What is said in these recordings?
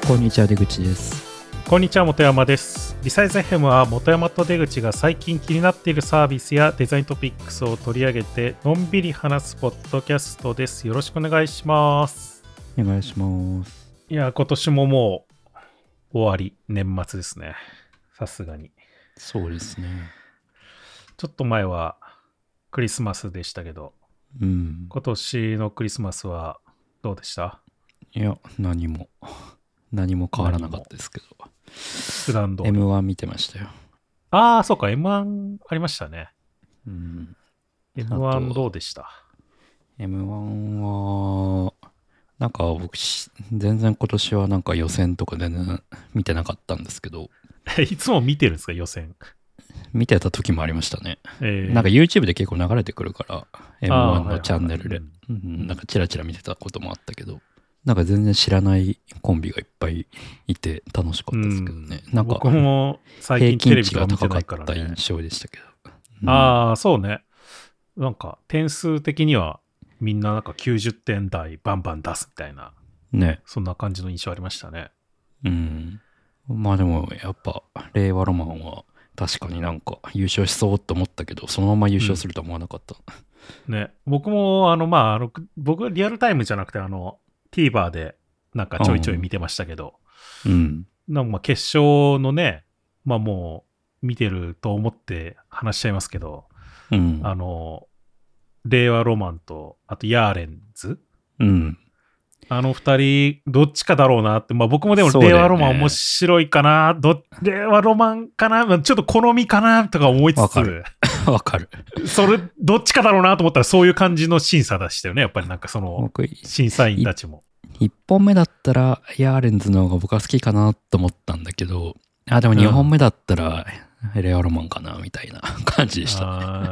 こんにちは、出口です。 こんにちは、本山です。リサイズ FM は本山と出口が最近気になっているサービスやデザイントピックスを取り上げてのんびり話すポッドキャストです。よろしくお願いします。 お願いします。 いや、今年ももう終わり、年末ですね。さすがに。 そうですね。 ちょっと前はクリスマスでしたけど、今年のクリスマスはどうでした？ いや、何も変わらなかったですけど。 普段通り M1 見てましたよ。 ああ、そうか、M1 ありましたね。M1 どうでした？ M1 は、なんか僕、全然今年はなんか予選とか全然見てなかったんですけど。 いつも見てるんですか、予選？ 見てた時もありましたね。なんか YouTube で結構流れてくるから、M1 のチャンネルで。なんかチラチラ見てたこともあったけど、なんか全然知らないコンビがいっぱいいて楽しかったですけどね。なんか僕も最近テレビとか見てないからね。 平均値が高かった印象でしたけど。 ああ、そうね。なんか点数的にはみんななんか90点台バンバン出すみたいな。 ね。 そんな感じの印象ありましたね。 まあでもやっぱ令和ロマンは確かになんか優勝しそうと思ったけど、そのまま優勝するとは思わなかった。 ね。僕も僕はリアルタイムじゃなくてTVer でなんかちょいちょい見てましたけど、なんかまあ決勝のね、まあもう見てると思って話しちゃいますけど、令和ロマンとあとヤーレンズ、あの二人どっちかだろうなって、まあ僕もでも令和ロマン面白いかな、令和ロマンかな、ちょっと好みかなとか思いつつ、 わかる。 それどっちかだろうなと思ったらそういう感じの審査でしたよね。やっぱりなんかその審査員たちも。 1本目だったらヤーレンズの方が僕は好きかなと思ったんだけど、でも2本目だったら令和ロマンかなみたいな感じでした、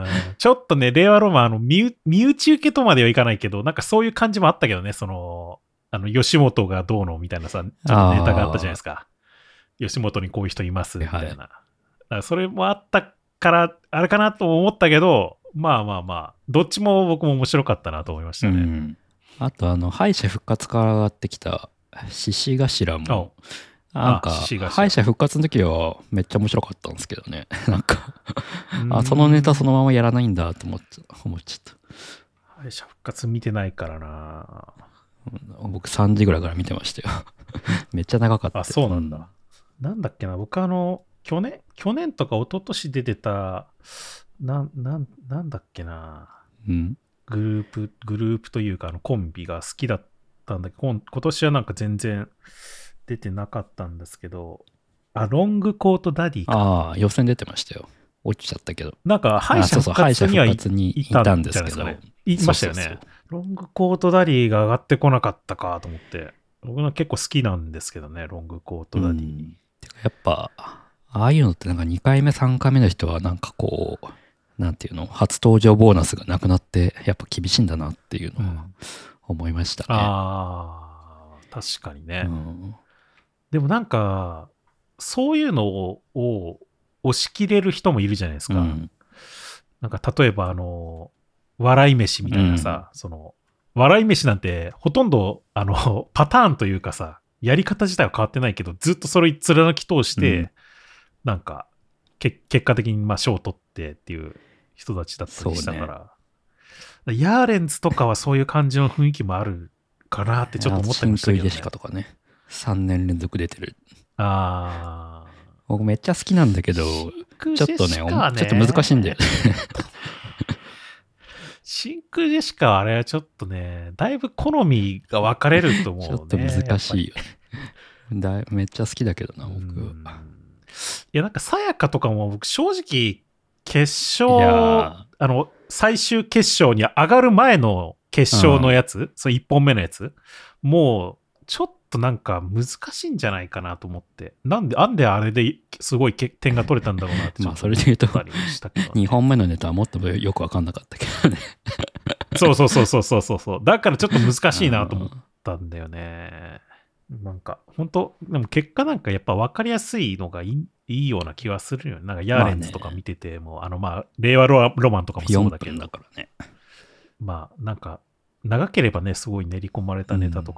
ね。 ちょっとね、令和ロマン身内受けとまではいかないけど、なんかそういう感じもあったけどね、その吉本がどうのみたいなさ、ちょっとネタがあったじゃないですか。吉本にこういう人いますみたいな。だからそれもあったから、あれかなと思ったけど、まあ、どっちも僕も面白かったなと思いましたね。 あと敗者復活から上がってきた獅子頭も、なんか敗者復活の時はめっちゃ面白かったんですけどね。なんかそのネタそのままやらないんだと思っちゃった。 敗者復活見てないからな。 僕3時ぐらいから見てましたよ。めっちゃ長かった。 あ、そうなんだ。なんだっけな、僕去年とか一昨年で出てた、なんだっけな、グループというかコンビが好きだったんだけど、今年はなんか全然出てなかったんですけど、ロングコートダディか。 予選出てましたよ。落ちちゃったけど。 なんか敗者復活にはいたんですけどね。いましたよね。ロングコートダディが上がってこなかったかと思って、僕は結構好きなんですけどね、ロングコートダディ。 やっぱああいうのってなんか2回目3回目の人はなんかこうなんていうの、初登場ボーナスがなくなってやっぱ厳しいんだなっていうのは思いましたね。 確かにね。でもなんかそういうのを押し切れる人もいるじゃないですか。なんか例えば笑い飯みたいなさ、その笑い飯なんてほとんどパターンというかさ、やり方自体は変わってないけど、ずっとそれ貫き通して、なんか結果的にまあ賞を取ってっていう人たちだったりしたから、ヤーレンズとかはそういう感じの雰囲気もあるかなってちょっと思ったりもしたけど、ね。 真空ジェシカとかね、3年連続出てる。僕めっちゃ好きなんだけど、ちょっとね、ちょっと難しいんだよね。 真空ジェシカはあれはちょっとね、だいぶ好みが分かれると思うね。 ちょっと難しいよね。めっちゃ好きだけどな、僕。 いや、なんかさやかとかも僕正直決勝、最終決勝に上がる前の決勝のやつ、その1本目のやつ、もうちょっとなんか難しいんじゃないかなと思って、なんであれですごい点が取れたんだろうなってちょっと思ったりしたけど、ね。 2本目のネタはもっとよく分かんなかったけどね。 そう。だからちょっと難しいなと思ったんだよね。なんか本当でも結果なんかやっぱ分かりやすいのがいいような気はするよね。なんかヤーレンズとか見てても、令和ロマンとかもそうだけど、 だからね。 まあなんか長ければね、すごい練り込まれたネタとかも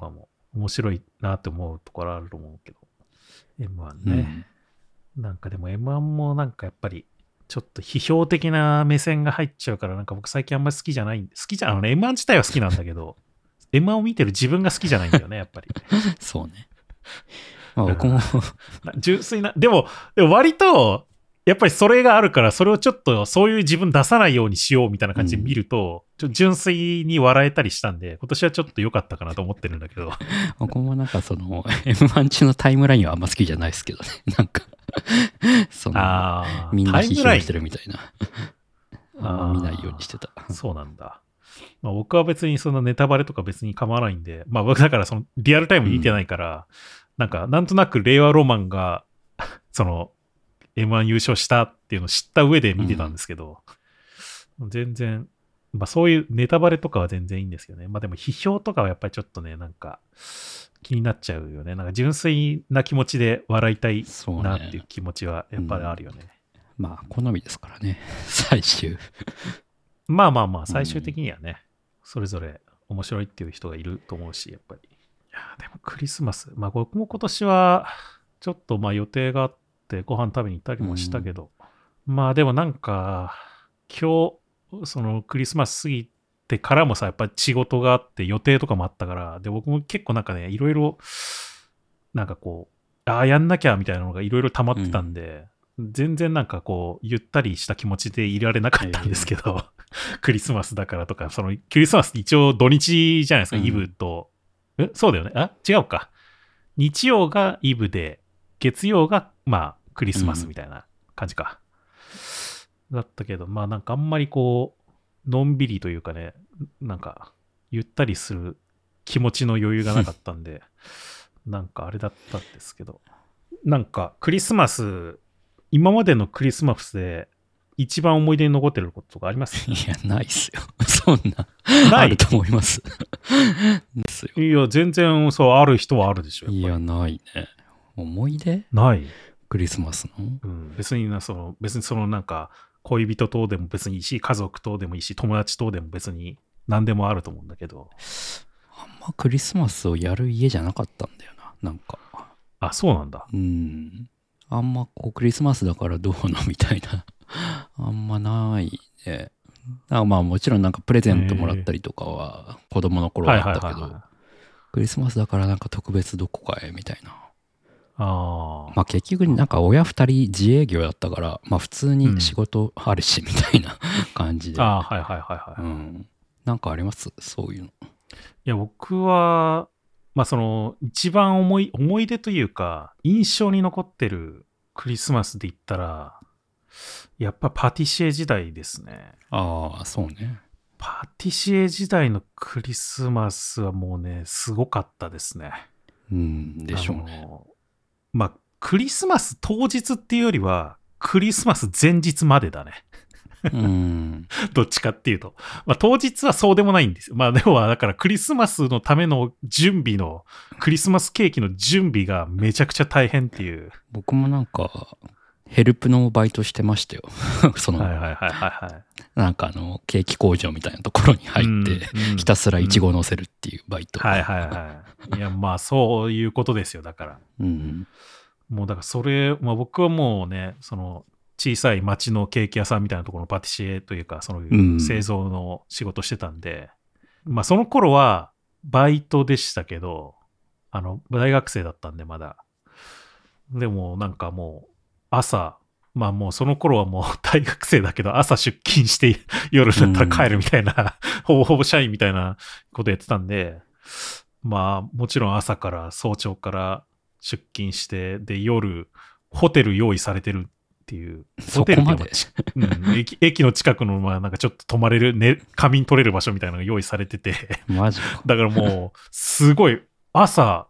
面白いなって思うところあると思うけど。M1 ね。なんかでも M1 もなんかやっぱり、ちょっと批評的な目線が入っちゃうから、なんか僕最近あんまり好きじゃない。M1 自体は好きなんだけど、M1 を見てる自分が好きじゃないんだよね、やっぱり。 そうね。まあ僕も純粋な、でも割と、やっぱりそれがあるから、それをちょっとそういう自分出さないようにしようみたいな感じで見ると、ちょっと純粋に笑えたりしたんで、今年はちょっと良かったかなと思ってるんだけど。 僕もなんかその M1 中のタイムラインはあんま好きじゃないですけどね。なんかそのみんな批評してるみたいな。あんま見ないようにしてた。 そうなんだ。まあ、僕は別にそのネタバレとか別に構わないんで、まあ僕だからそのリアルタイムに見てないから、なんとなく令和ロマンが、その M1 優勝したっていうのを知った上で見てたんですけど、全然、まあそういうネタバレとかは全然いいんですけどね。まあでも批評とかはやっぱりちょっとね、なんか気になっちゃうよね。なんか純粋な気持ちで笑いたいなっていう気持ちはやっぱりあるよね。 まあ好みですからね、最終。 まあ、最終的にはね、それぞれ面白いっていう人がいると思うし、やっぱり。いや、でもクリスマス、まあ僕も今年はちょっとまあ予定があってご飯食べに行ったりもしたけど、まあでもなんか、今日、そのクリスマス過ぎてからもさ、やっぱり仕事があって予定とかもあったから、で、僕も結構なんかね、いろいろ、なんかこう、やんなきゃみたいなのがいろいろ溜まってたんで、全然なんかこう、ゆったりした気持ちでいられなかったんですけど、クリスマスだからとか、そのクリスマスって一応土日じゃないですか、イブと。そうだよね。違うか。日曜がイブで、月曜がまあクリスマスみたいな感じか。だったけど、まあなんかあんまりこう、のんびりというかね、なんかゆったりする気持ちの余裕がなかったんで、なんかあれだったんですけど、なんかクリスマス、今までのクリスマスで一番思い出に残ってることとかあります？ いや、ないっすよ。そんな、あると思います。 ですよ。いや、全然そう、ある人はあるでしょ。 いや、ないね。思い出ないクリスマスの、 別にそのなんか、恋人とでも別にいいし、家族とでもいいし、友達とでも別に何でもあると思うんだけど。 あんまクリスマスをやる家じゃなかったんだよな、なんか。 あ、そうなんだ。 あんまこうクリスマスだからどうのみたいなあんまないね。まあもちろんなんかプレゼントもらったりとかは子供の頃はあったけど、クリスマスだからなんか特別どこかへみたいな。まあ結局なんか親二人自営業だったから、まあ普通に仕事あるしみたいな感じで。なんかありますそういうの。いや僕はまあその一番思い出というか印象に残ってるクリスマスで言ったらやっぱパティシエ時代ですね。 ああ、そうね。 パティシエ時代のクリスマスはもうねすごかったですね。 でしょうね。 まあクリスマス当日っていうよりはクリスマス前日までだね。どっちかっていうと、まあ、当日はそうでもないんですよ。まあでもだからクリスマスのための準備のクリスマスケーキの準備がめちゃくちゃ大変っていう。 僕もなんかヘルプのバイトしてましたよ。そのなんかケーキ工場みたいなところに入ってひたすらイチゴ乗せるっていうバイト。 いやまあそういうことですよだから。もうだからそれ、まあ、僕はもうねその小さい町のケーキ屋さんみたいなところのパティシエというか、そういう製造の仕事してたんで、まあその頃はバイトでしたけど、大学生だったんでまだ。でもなんかもう朝、まあもうその頃はもう大学生だけど朝出勤して夜だったら帰るみたいな、ほぼほぼ社員みたいなことやってたんで、まあもちろん朝から早朝から出勤して、で夜ホテル用意されてるっていう、ホテルまで、駅の近くのまあなんかちょっと泊まれる、ね、仮眠取れる場所みたいなのが用意されててマジか。 だからもうすごい朝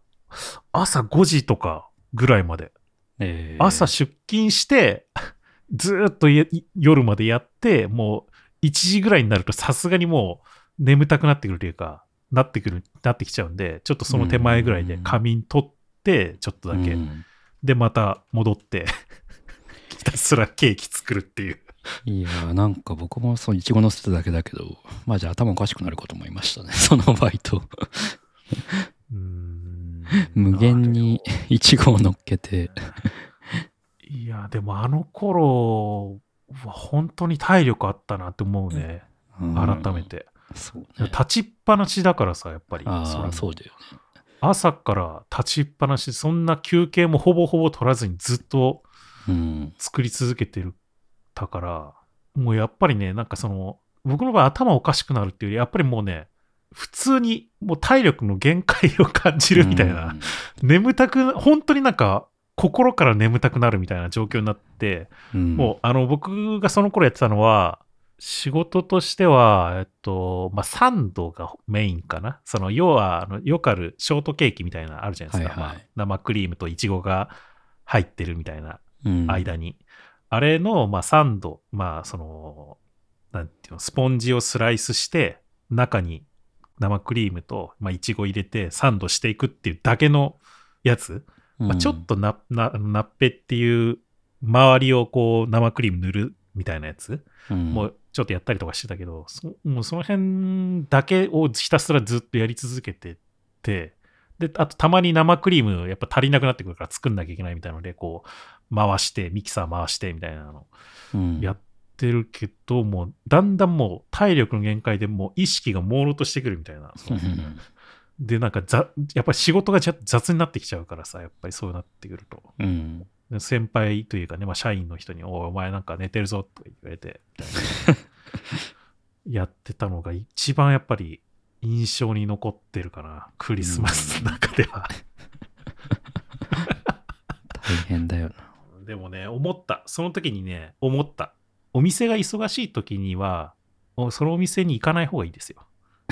5時とかぐらいまで、朝出勤してずっと夜までやって、もう1時ぐらいになるとさすがにもう眠たくなってくるというかなってきちゃうんで、ちょっとその手前ぐらいで仮眠取ってちょっとだけ、でまた戻ってひたすらケーキ作るっていう。 いやなんか僕もそうイチゴ乗せただけだけど、まあじゃあ頭おかしくなることもいましたねそのバイト。 無限にイチゴを乗っけて。 いや、でもあの頃は本当に体力あったなって思うね。改めて。 そうね、 立ちっぱなしだからさ、やっぱり。 そうだよね。 朝から立ちっぱなし、そんな休憩もほぼほぼ取らずにずっと作り続けてるだから、もうやっぱりね、なんか僕の場合頭おかしくなるっていうより、やっぱりもうね、普通にもう体力の限界を感じるみたいな、本当になんか心から眠たくなるみたいな状況になって、もう僕がその頃やってたのは、仕事としては、サンドがメインかな。要は、よくあるショートケーキみたいなのあるじゃないですか。生クリームとイチゴが入ってるみたいな間に。あれの、サンド、なんていうの、スポンジをスライスして、中に生クリームと、イチゴ入れてサンドしていくっていうだけのやつ。ちょっとナッペっていう周りをこう生クリーム塗るみたいなやつ。もうちょっとやったりとかしてたけど、もうその辺だけをひたすらずっとやり続けてて、で、あとたまに生クリームやっぱ足りなくなってくるから作んなきゃいけないみたいなので、こう回して、ミキサー回してみたいなのやってるけど、もうだんだんもう体力の限界でもう意識が朦朧としてくるみたいな。で、なんかやっぱり仕事が雑になってきちゃうからさ、やっぱりそうなってくると。先輩というかね、社員の人に、お前なんか寝てるぞとか言われて、みたいなやってたのが一番やっぱり印象に残ってるかな、クリスマスの中では。 大変だよな。 でもね、その時にね、思った。お店が忙しい時には、そのお店に行かない方がいいですよ。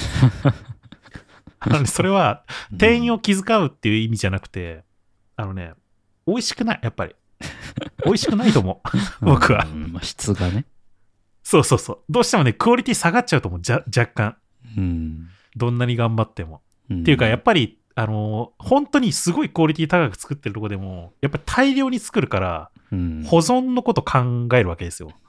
それは、店員を気遣うっていう意味じゃなくて、美味しくない、やっぱり。美味しくないと思う。僕は。 質がね。 そう。どうしてもね、クオリティ下がっちゃうと思う。若干。どんなに頑張っても。っていうか、やっぱり、本当にすごいクオリティ高く作ってるとこでも、やっぱり大量に作るから、保存のこと考えるわけですよ。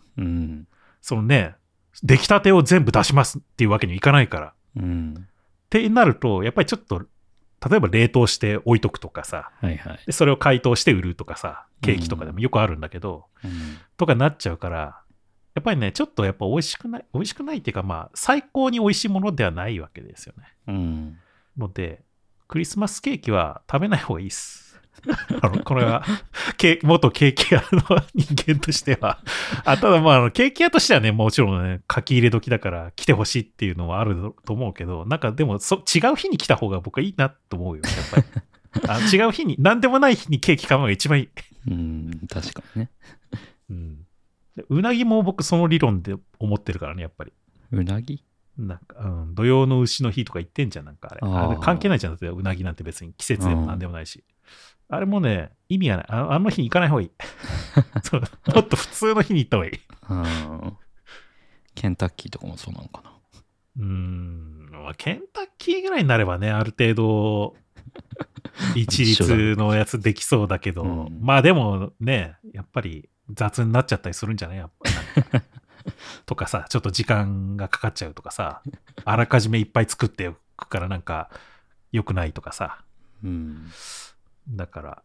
出来たてを全部出しますっていうわけにはいかないから。ってなると、やっぱりちょっと、例えば冷凍して置いとくとかさ、でそれを解凍して売るとかさ、ケーキとかでもよくあるんだけど、とかなっちゃうから、やっぱりね、ちょっとやっぱ美味しくないっていうか、最高に美味しいものではないわけですよね。ので、クリスマスケーキは食べない方がいいです。これは、元ケーキ屋の人間としては。ただケーキ屋としてはね、もちろんね、書き入れ時だから来てほしいっていうのはあると思うけど、なんかでも違う日に来た方が僕はいいなと思うよ、やっぱり。違う日に、なんでもない日にケーキ買うのが一番いい。 確かにね。 うなぎも僕その理論で思ってるからね、やっぱり。 うなぎなんか、土曜の牛の日とか言ってんじゃん、なんかあれ関係ないじゃん、だってうなぎなんて別に季節でもなんでもないし。あれもね、意味がない。あの日に行かない方がいい。もっと普通の日に行った方がいい。 ケンタッキーとかもそうなのかな。ケンタッキーぐらいになればね、ある程度、一律のやつできそうだけど、でもね、やっぱり雑になっちゃったりするんじゃないやっぱとかさ、ちょっと時間がかかっちゃうとかさ、あらかじめいっぱい作っておくからなんか良くないとかさ。だから、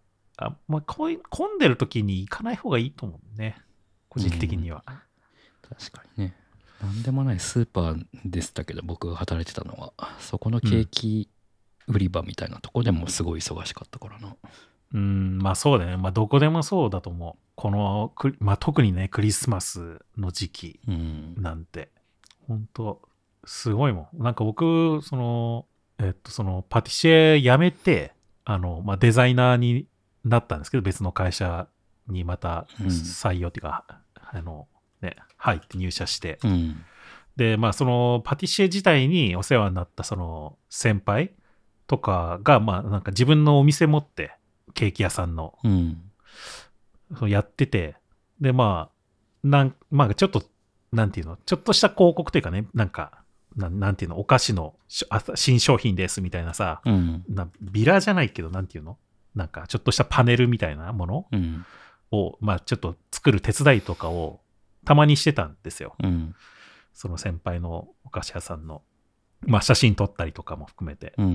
混んでる時に行かない方がいいと思うね。個人的には。 確かにね。なんでもないスーパーでしたけど、僕が働いてたのは、そこのケーキ売り場みたいなとこでもすごい忙しかったからな。 そうだね。どこでもそうだと思う。特にね、クリスマスの時期なんて、本当すごいもん。なんか僕、そのパティシエ辞めて、デザイナーになったんですけど、別の会社にまた採用っていうか、入って入社して。で、そのパティシエ自体にお世話になったその先輩とかが、なんか自分のお店持って、ケーキ屋さんの、やってて、で、ちょっと、なんていうの、ちょっとした広告というかね、なんか、なんていうの、お菓子の新商品ですみたいなさ、ビラじゃないけど、なんていうの、なんかちょっとしたパネルみたいなものを、ちょっと作る手伝いとかをたまにしてたんですよ。その先輩のお菓子屋さんの、写真撮ったりとかも含めて。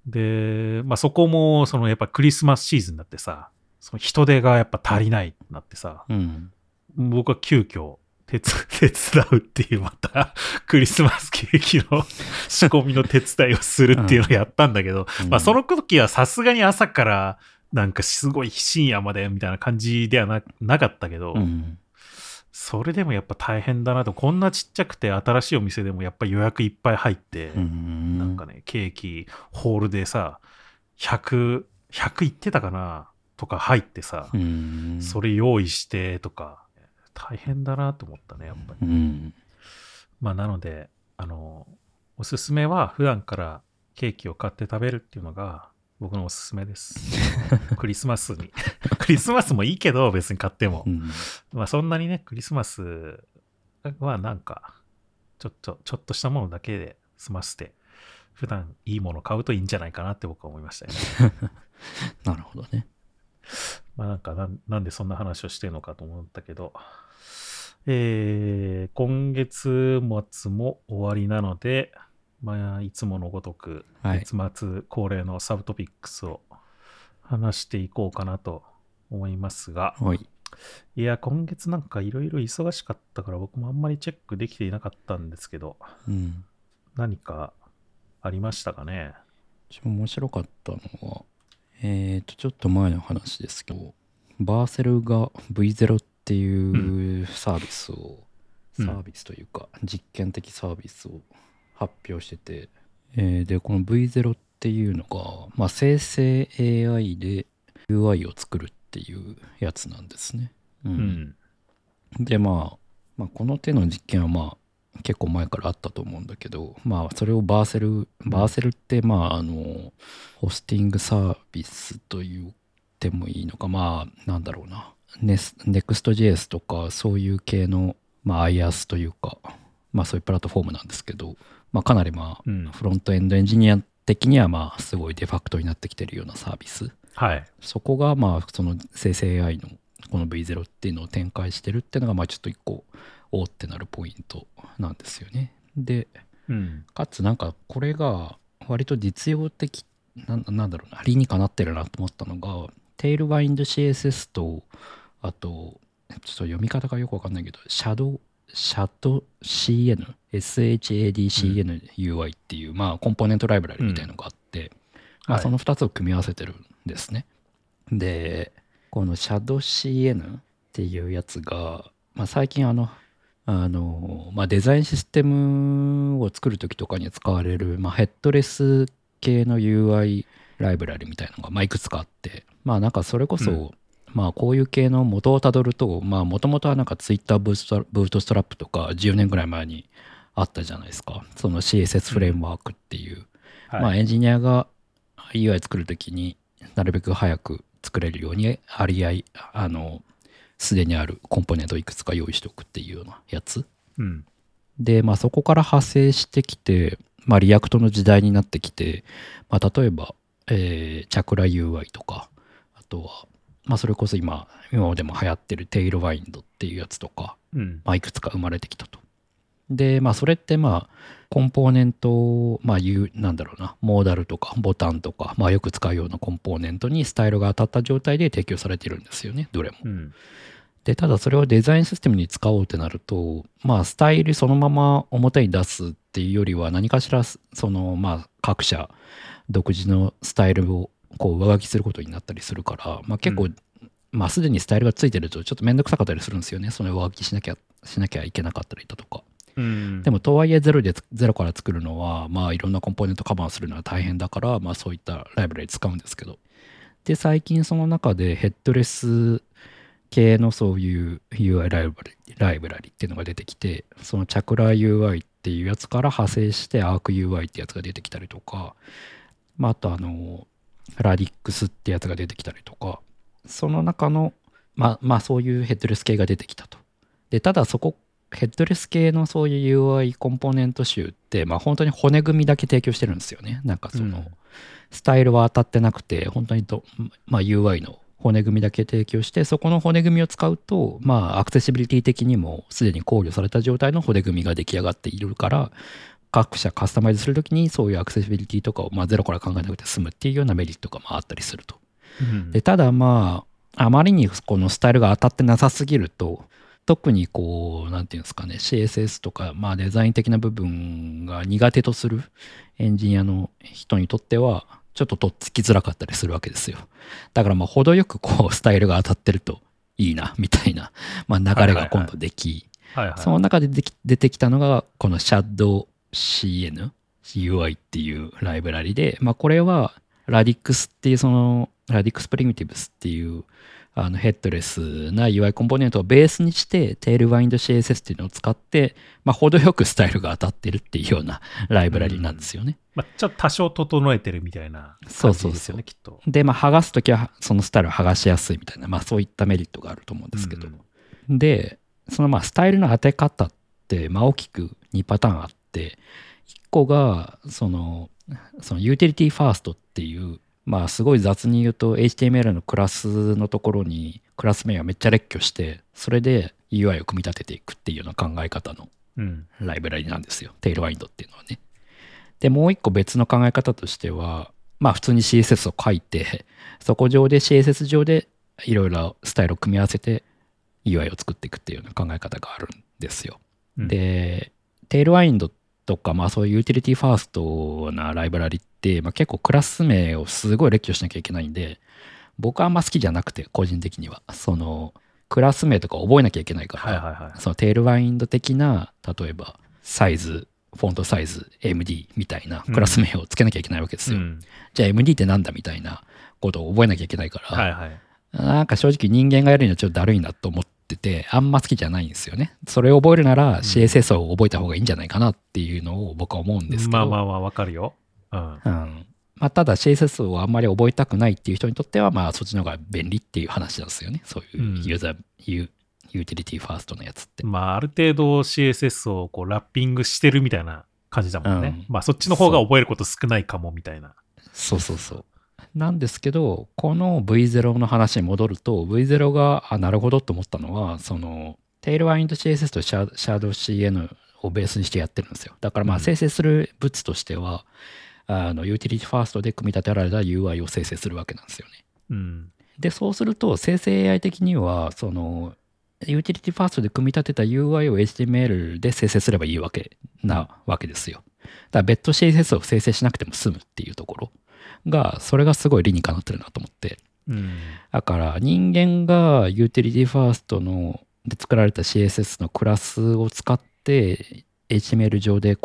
で、まあそこも、やっぱクリスマスシーズンになってさ、その人手がやっぱ足りないってなってさ、僕は急遽手伝うっていうまたクリスマスケーキの仕込みの手伝いをするっていうのをやったんだけど、まあその時はさすがに朝からなんかすごい深夜までみたいな感じではなかったけど、それでもやっぱ大変だなと。こんなちっちゃくて新しいお店でもやっぱ予約いっぱい入って、なんかね、ケーキホールでさ、100いってたかなとか入ってさ、それ用意してとか、大変だなと思ったね、やっぱり。まあなので、おすすめは普段からケーキを買って食べるっていうのが僕のおすすめです。クリスマスに。クリスマスもいいけど別に買っても。まあそんなにね、クリスマスはなんか、ちょっとしたものだけで済ませて、普段いいもの買うといいんじゃないかなって僕は思いましたよね。 なるほどね。 まあなんでそんな話をしてるのかと思ったけど、今月末も終わりなので、まあ、いつものごとく、月末恒例のサブトピックスを話していこうかなと思いますが、いや、今月なんかいろいろ忙しかったから僕もあんまりチェックできていなかったんですけど、何かありましたかね？ 面白かったのは、ちょっと前の話ですけど、バーセルが V0 っていうサービスというか実験的サービスを発表してて、でこの V0 っていうのが、まあ、生成 AI で UI を作るっていうやつなんですね。でまあこの手の実験はまあ結構前からあったと思うんだけど、まあそれをバーセルってまあホスティングサービスと言ってもいいのか、まあなんだろうな、Next.js とかそういう系の、まあ、IaaS というか、まあそういうプラットフォームなんですけど、まあかなりまあ、フロントエンドエンジニア的にはまあすごいデファクトになってきてるようなサービス。そこがまあその生成 AI のこの V0 っていうのを展開してるっていうのがまあちょっと一個おーってなるポイントなんですよね。で、かつなんかこれが割と実用的なんだろうな、理にかなってるなと思ったのが、テールワインド CSS とあとちょっと読み方がよくわかんないけど、シャド CN SHADCN UI っていう、まあコンポーネントライブラリみたいなのがあって、まあその2つを組み合わせてるんですね。でこの ShadowCN っていうやつが、まあ、最近まあ、デザインシステムを作るときとかに使われる、まあ、ヘッドレス系の UI ライブラリみたいなのが、まあ、いくつかあって、まあなんかそれこそ、まあこういう系の元をたどると、まあもともとはなんか Twitter ブートストラップとか10年ぐらい前にあったじゃないですか。その CSS フレームワークっていう、まあエンジニアが UI 作るときになるべく早く作れるようにすでにあるコンポーネントをいくつか用意しておくっていうようなやつ、でまあそこから派生してきて、まあリアクトの時代になってきて、まあ、例えば、チャクラ UI とか、あとはまあそれこそ今でも流行ってるテイルワインドっていうやつとか、まあいくつか生まれてきたと。でまあそれってまあコンポーネントをまあなんだろうな、モーダルとかボタンとか、まあよく使うようなコンポーネントにスタイルが当たった状態で提供されているんですよね、どれも。でただそれをデザインシステムに使おうってなると、まあスタイルそのまま表に出すっていうよりは、何かしらそのまあ各社独自のスタイルをこう上書きすることになったりするから、まあ結構、まあすでにスタイルがついてるとちょっとめんどくさかったりするんですよね。その上書きしなきゃいけなかったりだとか。でもとはいえゼロから作るのは、まあいろんなコンポーネントカバーするのは大変だから、まあそういったライブラリ使うんですけど。で最近その中でヘッドレス系のそういう UI ライブラリっていうのが出てきて、そのチャクラ UI っていうやつから派生してアーク UI ってやつが出てきたりとか、まあ、あとラディックスってやつが出てきたりとか、その中のまあそういうヘッドレス系が出てきたと。でただヘッドレス系のそういう UI コンポーネント集って、まあ本当に骨組みだけ提供してるんですよね。なんかその、スタイルは当たってなくて、本当にまあ、UI の骨組みだけ提供して、そこの骨組みを使うと、まあアクセシビリティ的にもすでに考慮された状態の骨組みが出来上がっているから、 各社カスタマイズするときにそういうアクセシビリティとかをゼロから考えなくて済むっていうようなメリットがあったりすると。でただあまりにこのスタイルが当たってなさすぎると、特になんていうんですかね、CSS とか、デザイン的な部分が苦手とするエンジニアの人にとっては、ちょっととっつきづらかったりするわけですよ。だから程よくスタイルが当たってるといいな、みたいな、流れが今度でき、その中で出てきたのが、この ShadowCN、UI っていうライブラリで、これは Radix っていう、Radix Primitives っていう、ヘッドレスな UI コンポーネントをベースにして、Tailwind CSS っていうのを使って、程よくスタイルが当たってるっていうようなライブラリなんですよね。 ちょっと多少整えてるみたいな感じですよね、きっと。 で、剥がすときはそのスタイルを剥がしやすいみたいな、そういったメリットがあると思うんですけど。で、そのスタイルの当て方って、大きく2パターンあって、1個が、そのユーティリティファーストっていう、すごい雑に言うと HTML のクラスのところにクラス名がめっちゃ列挙して、それで UI を組み立てていくっていうような考え方のライブラリなんですよ。Tailwind っていうのはね。で、もう一個別の考え方としては、普通に CSS を書いて、そこ上で CSS 上でいろいろスタイルを組み合わせて UI を作っていくっていうような考え方があるんですよ。で、Tailwind とか、そういうユーティリティファーストなライブラリって、結構クラス名をすごい列挙しなきゃいけないんで、僕はあんま好きじゃなくて、個人的には。クラス名とか覚えなきゃいけないから、そのテールワインド的な、例えば、サイズ、フォントサイズ、MD みたいなクラス名をつけなきゃいけないわけですよ。じゃあ MD ってなんだみたいなことを覚えなきゃいけないから、なんか正直人間がやるにはちょっとだるいなと思ってて、あんま好きじゃないんですよね。それを覚えるなら CSS を覚えた方がいいんじゃないかなっていうのを僕は思うんですけど。 わかるよ。 ただ CSS をあんまり覚えたくないっていう人にとっては、そっちの方が便利っていう話なんですよね。そういうユーザー、ユーティリティファーストのやつって。 ある程度 CSS をラッピングしてるみたいな感じだもんね。そっちの方が覚えること少ないかもみたいな。 そう。なんですけど、この V0 の話に戻ると、V0 が、なるほどと思ったのは、Tailwind CSS と ShadowCN をベースにしてやってるんですよ。だから生成する物としては、ユーティリティファーストで組み立てられた UI を生成するわけなんですよね。で、そうすると、生成 AI 的には、ユーティリティファーストで組み立てた UI を HTML で生成すればいいわけですよ。だから別途 CSS を生成しなくても済むっていうところが、それがすごい理にかなってるなと思って。だから人間がユーティリティファーストで作られた CSS のクラスを使って HTML 上で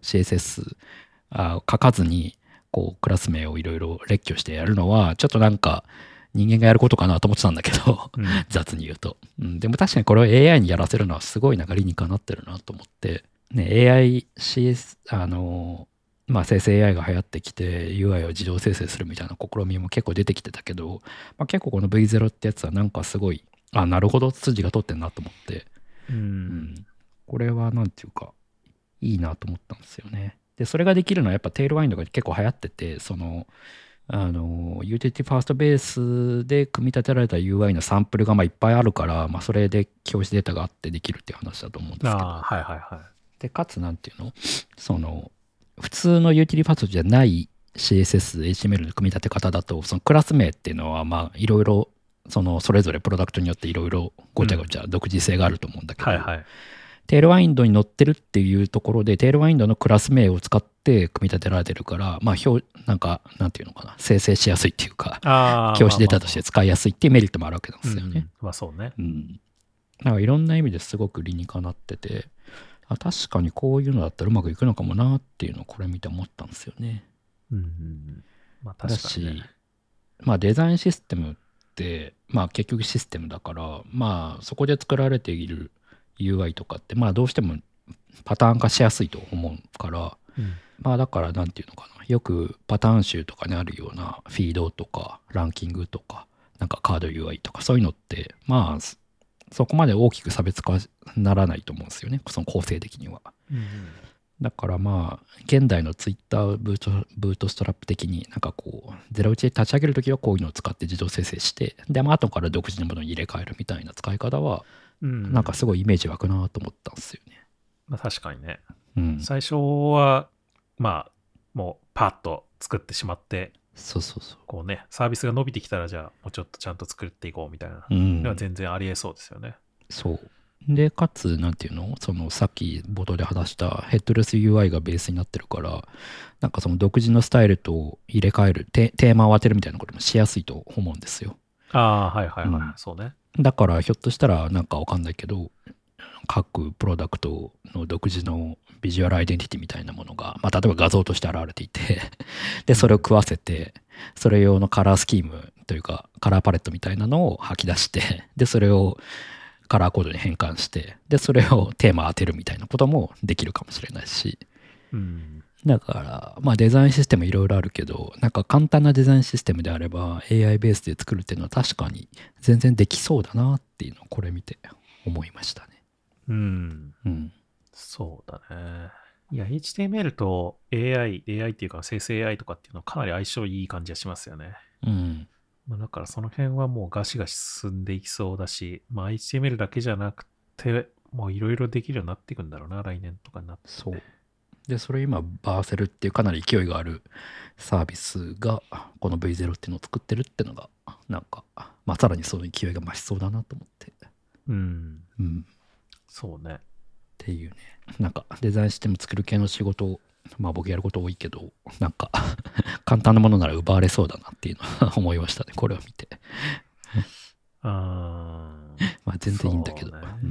CSS 書かずにクラス名をいろいろ列挙してやるのはちょっとなんか人間がやることかなと思ってたんだけど、雑に言うと、でも確かにこれを AI にやらせるのはすごいなんか理にかなってるなと思って、ね、AI、CS、生成 AI が流行ってきて UI を自動生成するみたいな試みも結構出てきてたけど、結構この V0 ってやつはなんかすごい、なるほど筋が通ってんなと思って、これはなんていうかいいなと思ったんですよね。で、それができるのはやっぱテールワインドが結構流行ってて、ユーティリティファーストベースで組み立てられた UI のサンプルがいっぱいあるから、それで表示データがあってできるっていう話だと思うんですけど。で、かつなんていうの普通のユーティリティファーストじゃない CSS、HTML の組み立て方だと、そのクラス名っていうのはいろいろ、それぞれプロダクトによっていろいろごちゃごちゃ独自性があると思うんだけど、テールワインドに乗ってるっていうところで、テールワインドのクラス名を使って組み立てられてるから、なんていうのかな、生成しやすいっていうか、表示データとして使いやすいっていうメリットもあるわけなんですよね。 そうね。 なんかいろんな意味ですごく理にかなってて、確かにこういうのだったらうまくいくのかもなっていうのをこれ見て思ったんですよね。 確かにね。 デザインシステムって、結局システムだから、そこで作られているUI とかってどうしてもパターン化しやすいと思うから、だからなんていうのかな、よくパターン集とかにあるようなフィードとかランキングとかなんかカード UI とかそういうのってそこまで大きく差別化ならないと思うんですよね、その構成的には。だから現代のツイッターブートストラップ的になんかゼロ打ちで立ち上げるときはこういうのを使って自動生成して、で後から独自のものに入れ替えるみたいな使い方はなんかすごいイメージ湧くなと思ったんですよね。 確かにね。 うん、 最初は、まあ、もうパッと作ってしまって、 そうそうそう。 こうね、サービスが伸びてきたら、じゃあ、もうちょっとちゃんと作っていこうみたいなのは全然ありえそうですよね。 そう。で、かつ、なんていうのその、さっき冒頭で話したヘッドレス UI がベースになってるから、なんかその独自のスタイルと入れ替える、テーマを当てるみたいなこともしやすいと思うんですよ。 ああ、はいはいはい、 うん、 そうね。 だから、ひょっとしたら、なんかわかんないけど、各プロダクトの独自のビジュアルアイデンティティみたいなものが、まあ、例えば画像として現れていてで、それを食わせて、それ用のカラースキームというか、カラーパレットみたいなのを吐き出して、で、それをカラーコードに変換して、で、それをテーマ当てるみたいなこともできるかもしれないし、 うん、 だから、まあデザインシステムいろいろあるけど、なんか簡単なデザインシステムであれば AI ベースで作るっていうのは確かに全然できそうだなっていうのをこれ見て思いましたね。 うん。 うん。 そうだね。いや、HTML と AI っていうか生成 AI とかっていうのはかなり相性いい感じがしますよね。 うん。 まあ、だからその辺はもうガシガシ進んでいきそうだし、まあ HTML だけじゃなくて、もういろいろできるようになっていくんだろうな、来年とかになって。 そう。で、それ今、バーセルっていうかなり勢いがあるサービスが、この V0 っていうのを作ってるっていうのが、なんか、まあ、さらにその勢いが増しそうだなと思って。 うん。 うん。 そうね。 っていうね。なんか、デザインシステム作る系の仕事を、まあ僕やること多いけど、なんか簡単なものなら奪われそうだなっていうのは思いましたね、これを見て。まあ全然いいんだけど。 ね、 うん、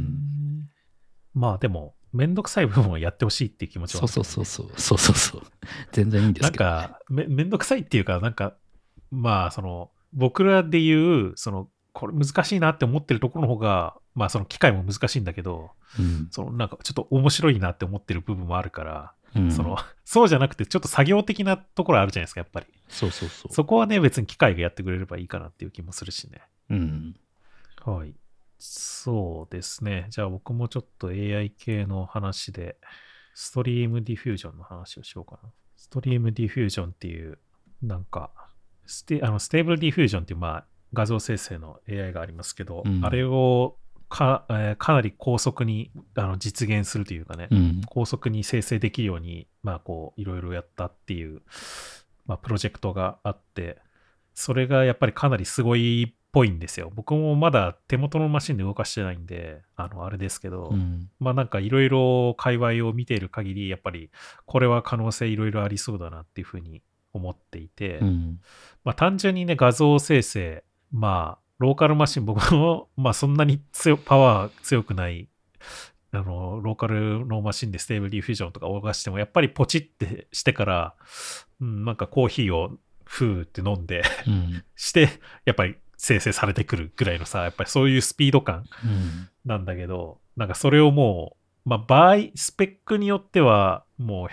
まあでも、めんどくさい部分をやってほしいっていう気持ちはある、 そうそうそうそう。そうそうそう。全然いいんですけど、ね。 なんかめんどくさいっていうか、なんか、まあその、僕らで言う、その、これ難しいなって思ってるところの方が、まあその機械も難しいんだけど、 うん、 そのなんかちょっと面白いなって思ってる部分もあるから、 うん、 その、そうじゃなくてちょっと作業的なところあるじゃないですか、やっぱり。 そうそうそう。 そこはね、別に機械がやってくれればいいかなっていう気もするしね。 うん。 はい。そうですね。じゃあ僕もちょっと AI 系の話で、ストリームディフュージョンの話をしようかな。ストリームディフュージョンっていう、なんか、ステーブルディフュージョンっていう、まあ、画像生成の AI がありますけど、 うん、 あれをかなり高速に実現するというかね、 うん、 高速に生成できるように、まあ、こう、いろいろやったっていう、まあ、プロジェクトがあって、それがやっぱりかなりすごいっぽいんですよ。僕もまだ手元のマシンで動かしてないんで、あれですけど、 うん、 まあなんかいろいろ界隈を見ている限り、やっぱりこれは可能性いろいろありそうだなっていうふうに思っていて、 うん、 まあ単純にね、画像生成、まあ、ローカルマシン、僕も、まあそんなにパワー強くない、ローカルのマシンでステーブルディフュージョンとか動かしても、やっぱりポチってしてから、うん、なんかコーヒーをふーって飲んでうん、 して、やっぱり生成されてくるぐらいのさ、やっぱりそういうスピード感うん、 なんだけど、なんかそれをもう、まあ場合、スペックによっては、もう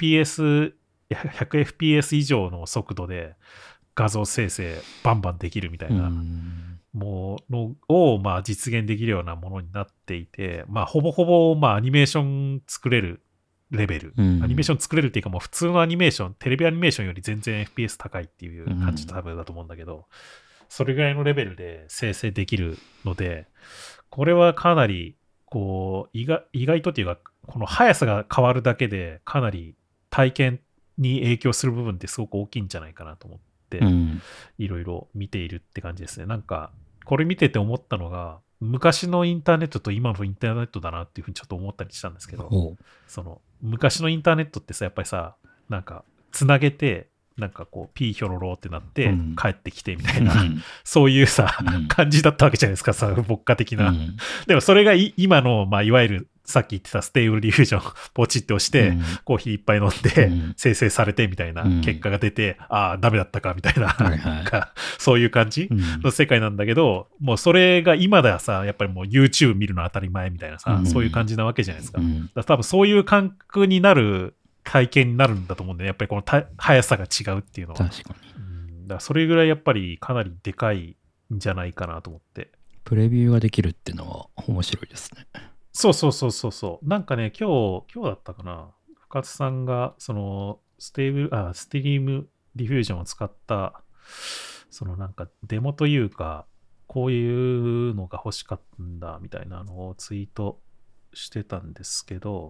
100fps 以上の速度で画像生成バンバンできるみたういな、 ん、 ものを、まあ実現できるようなものになっていて、まあほぼほぼ、まあアニメーション作れるレベル。 うん、 アニメーション作れるっていうかもう普通のアニメーション、テレビアニメーションより全然 FPS 高いっていう感じ多分だと思うんだけど、それぐらいのレベルで生成できるので、これはかなり、こう、意外とっていうか、この速さが変わるだけで、かなり体験に影響する部分ってすごく大きいんじゃないかなと思って、 うん、 いろいろ見ているって感じですね。なんか、これ見てて思ったのが、昔のインターネットと今のインターネットだなっていうふうにちょっと思ったりしたんですけど、その、昔のインターネットってさ、やっぱりさ、なんか、つなげて、なんかこう、ピーヒョロロってなって、帰ってきてみたいな、そういうさ、感じだったわけじゃないですか、さ、牧歌的な。でもそれが今の、まあ、いわゆる、さっき言ってたステーブルディフュージョンポチって押して、コーヒーいっぱい飲んで、生成されてみたいな結果が出て、ああ、ダメだったかみたいな、なんかそういう感じの世界なんだけど、もうそれが今ではさ、やっぱりもう YouTube 見るの当たり前みたいなさ、そういう感じなわけじゃないですか。だから多分そういう感覚になる体験になるんだと思うんで、ね、やっぱりこの速さが違うっていうのは。 確かに。だからそれぐらいやっぱりかなりでかいんじゃないかなと思って。 プレビューができるっていうのは面白いですね。 そうそうそうそうそう。なんかね、今日だったかな。深津さんが、その、ステリームディフュージョンを使った、そのなんかデモというか、こういうのが欲しかったんだみたいなのをツイートしてたんですけど、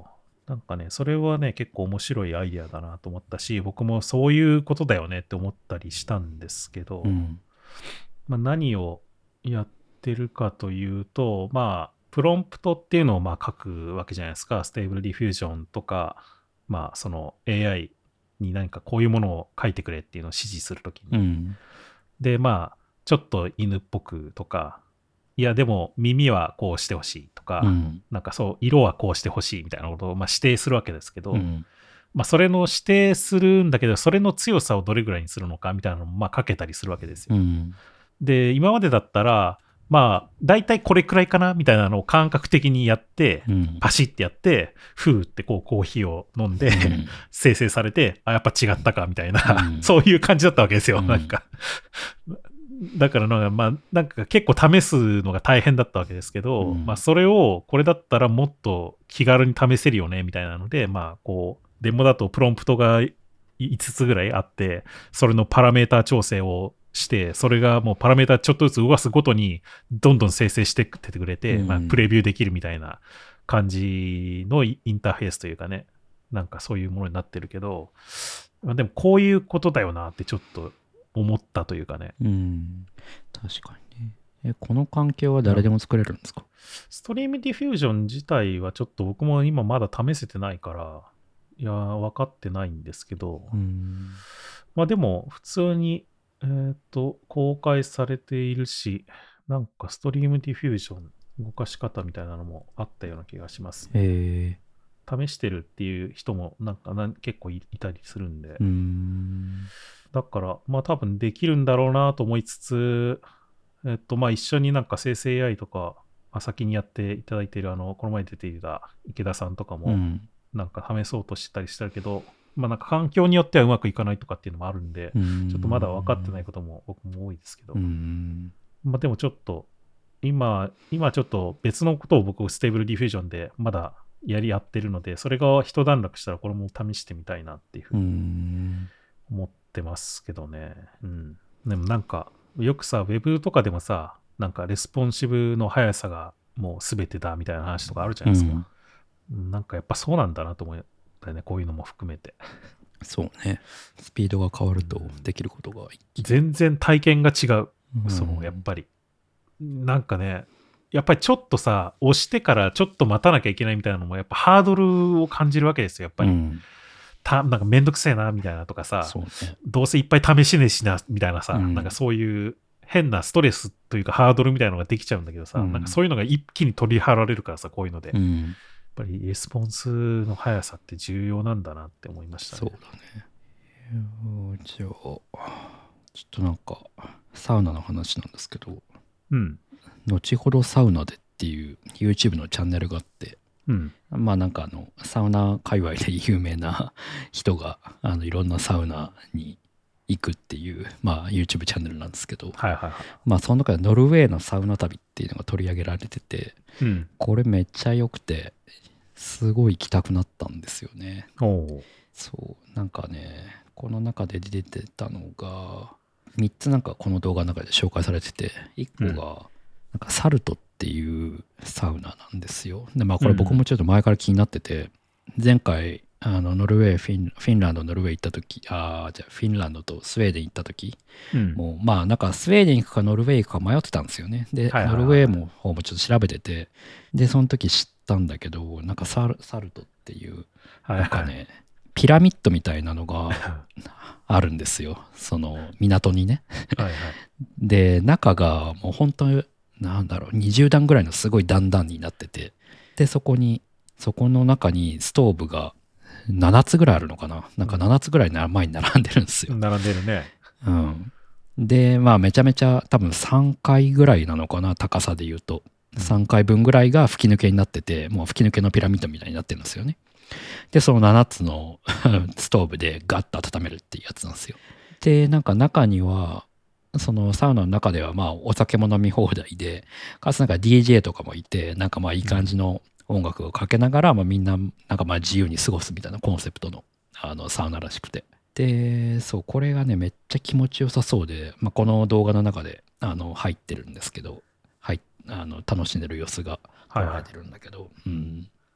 なんかね、それはね、結構面白いアイデアだなと思ったし、僕もそういうことだよねって思ったりしたんですけど、まあ、何をやってるかというと、まあ、プロンプトっていうのをまあ書くわけじゃないですか。ステーブルディフュージョンとか、まあ、その AI に何かこういうものを書いてくれっていうのを指示するときに。で、まあ、ちょっと犬っぽくとか、いや、でも耳はこうしてほしいとか、なんかそう、色はこうしてほしいみたいなことをまあ指定するわけですけど、まあ、それの指定するんだけど、それの強さをどれぐらいにするのかみたいなのもまあかけたりするわけですよ。で、今までだったら、まあ、大体これくらいかなみたいなのを感覚的にやって、パシッてやって、ふーってこうコーヒーを飲んで、生成されて、あ、やっぱ違ったかみたいな、そういう感じだったわけですよ。なんか。だからまあ、なんか結構試すのが大変だったわけですけど、まあそれをこれだったらもっと気軽に試せるよねみたいなので、まあこう、デモだとプロンプトが5つぐらいあって、それのパラメータ調整をして、それがもうパラメータちょっとずつ動かすごとにどんどん生成してってくれて、まあプレビューできるみたいな感じのインターフェースというかね、なんかそういうものになってるけど、まあ、でもこういうことだよなってちょっと思ったというかね。 確かにね。この環境は誰でも作れるんですか？ ストリームディフュージョン自体はちょっと僕も今まだ試せてないから、いや、分かってないんですけど、まあでも普通に、公開されているし、なんかストリームディフュージョン動かし方みたいなのもあったような気がします。試してるっていう人もなんか結構いたりするんで。だから、まあ多分できるんだろうなと思いつつ、まあ一緒になんか生成 AI とか、先にやっていただいているこの前出ていた池田さんとかも、なんか試そうとしたりしたけど、まあなんか環境によってはうまくいかないとかっていうのもあるんで、ちょっとまだ分かってないことも僕も多いですけど、まあでもちょっと、今ちょっと別のことを僕ステーブルディフュージョンでまだやってるので、それが一段落したらこれも試してみたいなっていうふうに思ってますけどね。でもなんか、よくさ、ウェブとかでもさ、なんかレスポンシブの速さがもう全てだみたいな話とかあるじゃないですか。なんかやっぱそうなんだなと思ったよね、こういうのも含めて。 そうね。スピードが変わるとできることが全然体験が違う。やっぱり。なんかね、やっぱりちょっとさ、押してからちょっと待たなきゃいけないみたいなのも、やっぱハードルを感じるわけですよ、やっぱり。なんかめんどくせえな、みたいなとかさ、どうせいっぱい試しねえしな、みたいなさ、なんかそういう変なストレスというかハードルみたいなのができちゃうんだけどさ、なんかそういうのが一気に取り払われるからさ、こういうので。やっぱりレスポンスの速さって重要なんだなって思いましたね。 そうだね。じゃあ、ちょっとなんか、サウナの話なんですけど、後ほどサウナでっていう YouTube のチャンネルがあって、まあなんかサウナ界隈で有名な人がいろんなサウナに行くっていう、まあ、YouTube チャンネルなんですけど、まあその中でノルウェーのサウナ旅っていうのが取り上げられてて、これめっちゃ良くてすごい行きたくなったんですよね。そうなんかね、この中で出てたのが3つなんかこの動画の中で紹介されてて、1個がなんかサルトっていうサウナなんですよ。でまあこれ僕もちょっと前から気になってて、前回ノルウェーフィンランドノルウェー行った時、じゃあフィンランドとスウェーデン行った時、もうまあなんかスウェーデン行くかノルウェー行くか迷ってたんですよね。で、ノルウェーも方もちょっと調べてて、でその時知ったんだけど、なんかサルトっていうなんかね、ピラミッドみたいなのがあるんですよ、その港にね。で中がもう本当になんだろう、20段ぐらいのすごい段々になってて、でそこの中にストーブが7つぐらいあるのかな、なんか7つぐらい前に並んでるんですよ。 並んでるね。 でまあめちゃめちゃ多分3階ぐらいなのかな、高さで言うと3階分ぐらいが吹き抜けになってて、もう吹き抜けのピラミッドみたいになってるんですよね。でその7つのストーブでガッと温めるっていうやつなんですよ。でなんか中にはそのサウナの中ではまあお酒も飲み放題で、かつなんか DJ とかもいて、なんかまあいい感じの音楽をかけながら、まあみんななんかまあ自由に過ごすみたいなコンセプトのサウナらしくて、でそうこれがねめっちゃ気持ちよさそうで、まあ、この動画の中で入ってるんですけど、楽しんでる様子が撮られてるんだけど、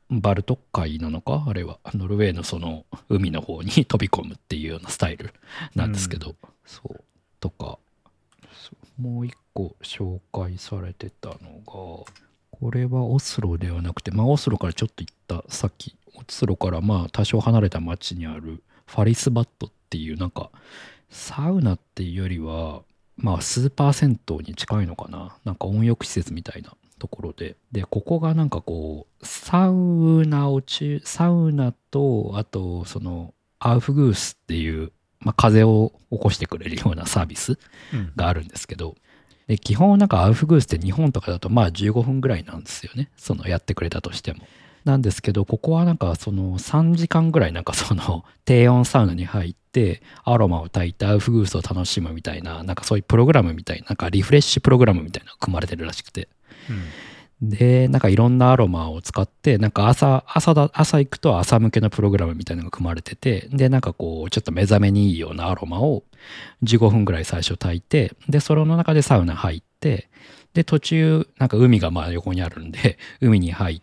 バルト海なのかあれは。ノルウェーのその海の方に飛び込むっていうようなスタイルなんですけど、そう。とか、もう一個紹介されてたのが、これはオスロではなくて、オスロからちょっと行った、さっき、オスロから多少離れた町にあるファリスバットっていう、なんか、サウナっていうよりは、スーパー銭湯に近いのかな。なんか温浴施設みたいなところで。で、ここがなんかこう、サウナと、あと、その、アウフグースっていう、風を起こしてくれるようなサービスがあるんですけど、で基本なんかアウフグースって日本とかだと15分ぐらいなんですよね。そのやってくれたとしても。なんですけど、ここはなんかその3時間ぐらいなんかその低温サウナに入ってアロマを焚いてアウフグースを楽しむみたいな、なんかそういうプログラムみたいな、なんかリフレッシュプログラムみたいなのが組まれてるらしくて。で、なんかいろんなアロマを使って、なんか朝行くと朝向けのプログラムみたいなのが組まれてて、で、なんかこう、ちょっと目覚めにいいようなアロマを15分ぐらい最初焚いて、で、それの中でサウナ入って、で、途中、なんか海が横にあるんで、海に入って、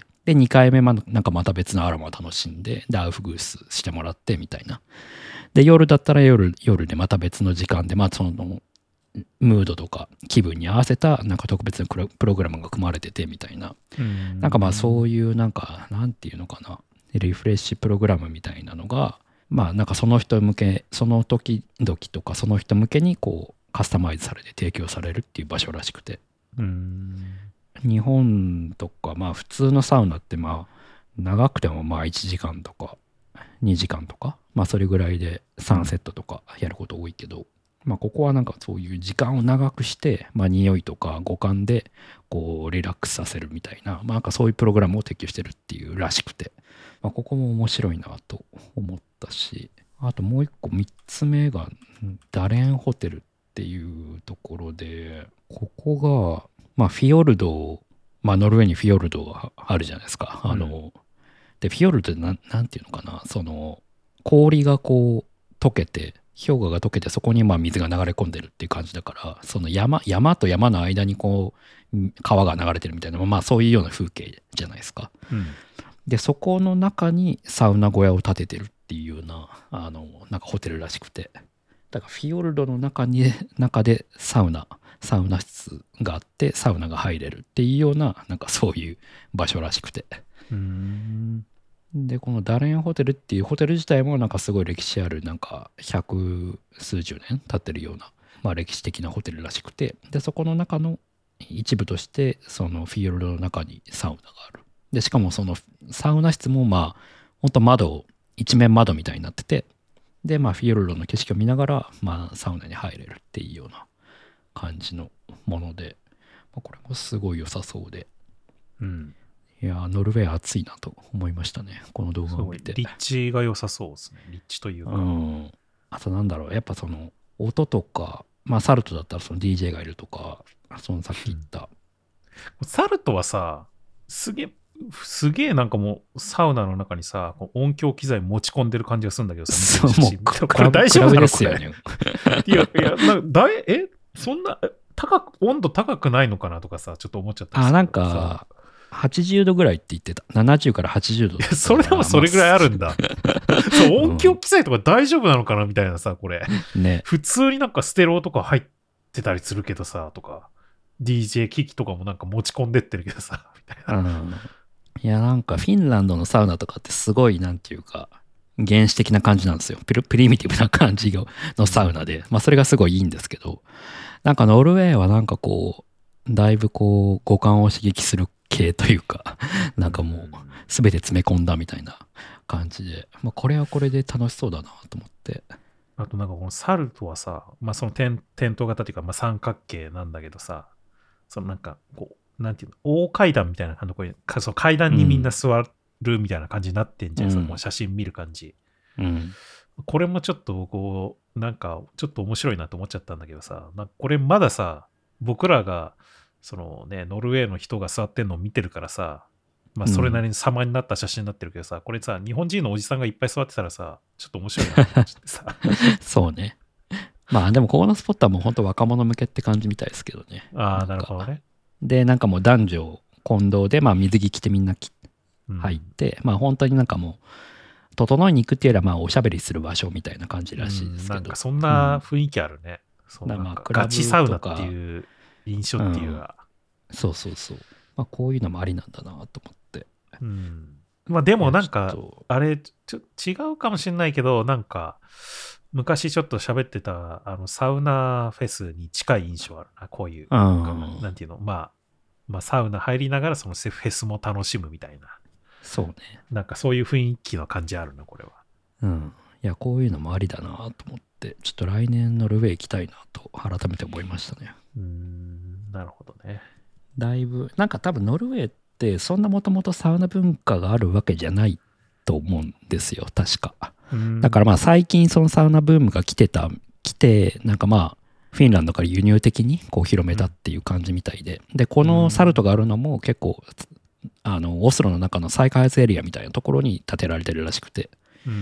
で、2回目なんかまた別のアロマを楽しんで、で、アウフグースしてもらってみたいな。で、夜だったら夜でまた別の時間で、その、ムードとか気分に合わせたなんか特別なプログラムが組まれててみたいな、なんかそういうなんかなんていうのかな、リフレッシュプログラムみたいなのがなんかその人向け、その時々とかその人向けにこうカスタマイズされて提供されるっていう場所らしくて、日本とか普通のサウナって長くても1時間とか2時間とかそれぐらいで3セットとかやること多いけど、ここはなんかそういう時間を長くして、匂いとか五感でこうリラックスさせるみたいな、なんかそういうプログラムを提供してるっていうらしくて、ここも面白いなと思ったし、あともう一個3つ目がダレンホテルっていうところで、ここがフィヨルド、ノルウェーにフィヨルドがあるじゃないですか。でフィヨルドってなんていうのかな、その氷がこう溶けて氷河が溶けてそこに水が流れ込んでるっていう感じだから、その山と山の間にこう川が流れてるみたいな、そういうような風景じゃないですか。でそこの中にサウナ小屋を建ててるっていうようななんかホテルらしくて、だからフィヨルドの中でサウナ室があってサウナが入れるっていうような、なんかそういう場所らしくて。でこのダレンホテルっていうホテル自体もなんかすごい歴史ある、なんか百数十年経ってるような、歴史的なホテルらしくて、でそこの中の一部としてそのフィヨルドの中にサウナがある。でしかもそのサウナ室もほんと一面窓みたいになってて、でフィヨルドの景色を見ながらサウナに入れるっていうような感じのもので、これもすごい良さそうで、いやノルウェー暑いなと思いましたね、この動画を見て。 立地が良さそうですね。立地というか。 あとなんだろう、やっぱその音とか、サルトだったらその DJ がいるとか、そのさっき言った。 サルトはさ、すげえなんかもうサウナの中にさ、音響機材持ち込んでる感じがするんだけどさ、 もうこれ大丈夫ですよね。 いや、そんな温度高くないのかなとかさ、ちょっと思っちゃった。 なんか、80度ぐらいって言ってた。70から80度。 それでもそれぐらいあるんだ。そう、音響機材とか大丈夫なのかなみたいなさ、これ。 ね。 普通になんかステレオとか入ってたりするけどさ、とか、DJ 機器とかもなんか持ち込んでってるけどさ、みたいな。 いや、なんかフィンランドのサウナとかってすごい、なんていうか、原始的な感じなんですよ。プリミティブな感じのサウナで。それがすごいいいんですけど、なんかノルウェーはなんかこう、だいぶこう、五感を刺激する系というか、なんかもう全て詰め込んだみたいな感じで、これはこれで楽しそうだなと思って。 あとなんかこのサルトはさ、その点灯型っていうか、三角形なんだけどさ、そのなんかこう、なんていうの、大階段みたいな感じで、その階段にみんな座るみたいな感じになってんじゃん、その写真見る感じ。これもちょっとこう、なんかちょっと面白いなと思っちゃったんだけどさ、これまださ、僕らがそのね、ノルウェーの人が座ってんのを見てるからさ、それなりに様になった写真になってるけどさ、これさ、日本人のおじさんがいっぱい座ってたらさ、ちょっと面白いなと思ってさ。 そうね。でもここのスポットはもう本当若者向けって感じみたいですけどね。 なるほどね。 で、なんかもう男女混同で、水着着てみんな入って、まあ本当になんかもう整いに行くっていうよりはまあおしゃべりする場所みたいな感じらしいですけど、 なんかそんな雰囲気あるね。そんなまあガチサウナっていう印象っていうか、 そうそうそう、まあこういうのもありなんだなと思って、 まあでもなんかあれ違うかもしれないけど、なんか昔ちょっと喋ってたサウナフェスに近い印象あるな。こういう、なんていうの、まあサウナ入りながらそのフェスも楽しむみたいな。 そうね。 なんかそういう雰囲気の感じあるな、これは。 いや、こういうのもありだなと思って、ちょっと来年ノルウェー行きたいなと改めて思いましたね。 なるほどね。 だいぶ、なんか多分ノルウェーってそんなもともとサウナ文化があるわけじゃないと思うんですよ、確か。だからまあ最近そのサウナブームが来て、なんかまあ、フィンランドから輸入的にこう広めたっていう感じみたいで。で、このサルトがあるのも結構、オスロの中の再開発エリアみたいなところに建てられてるらしくて。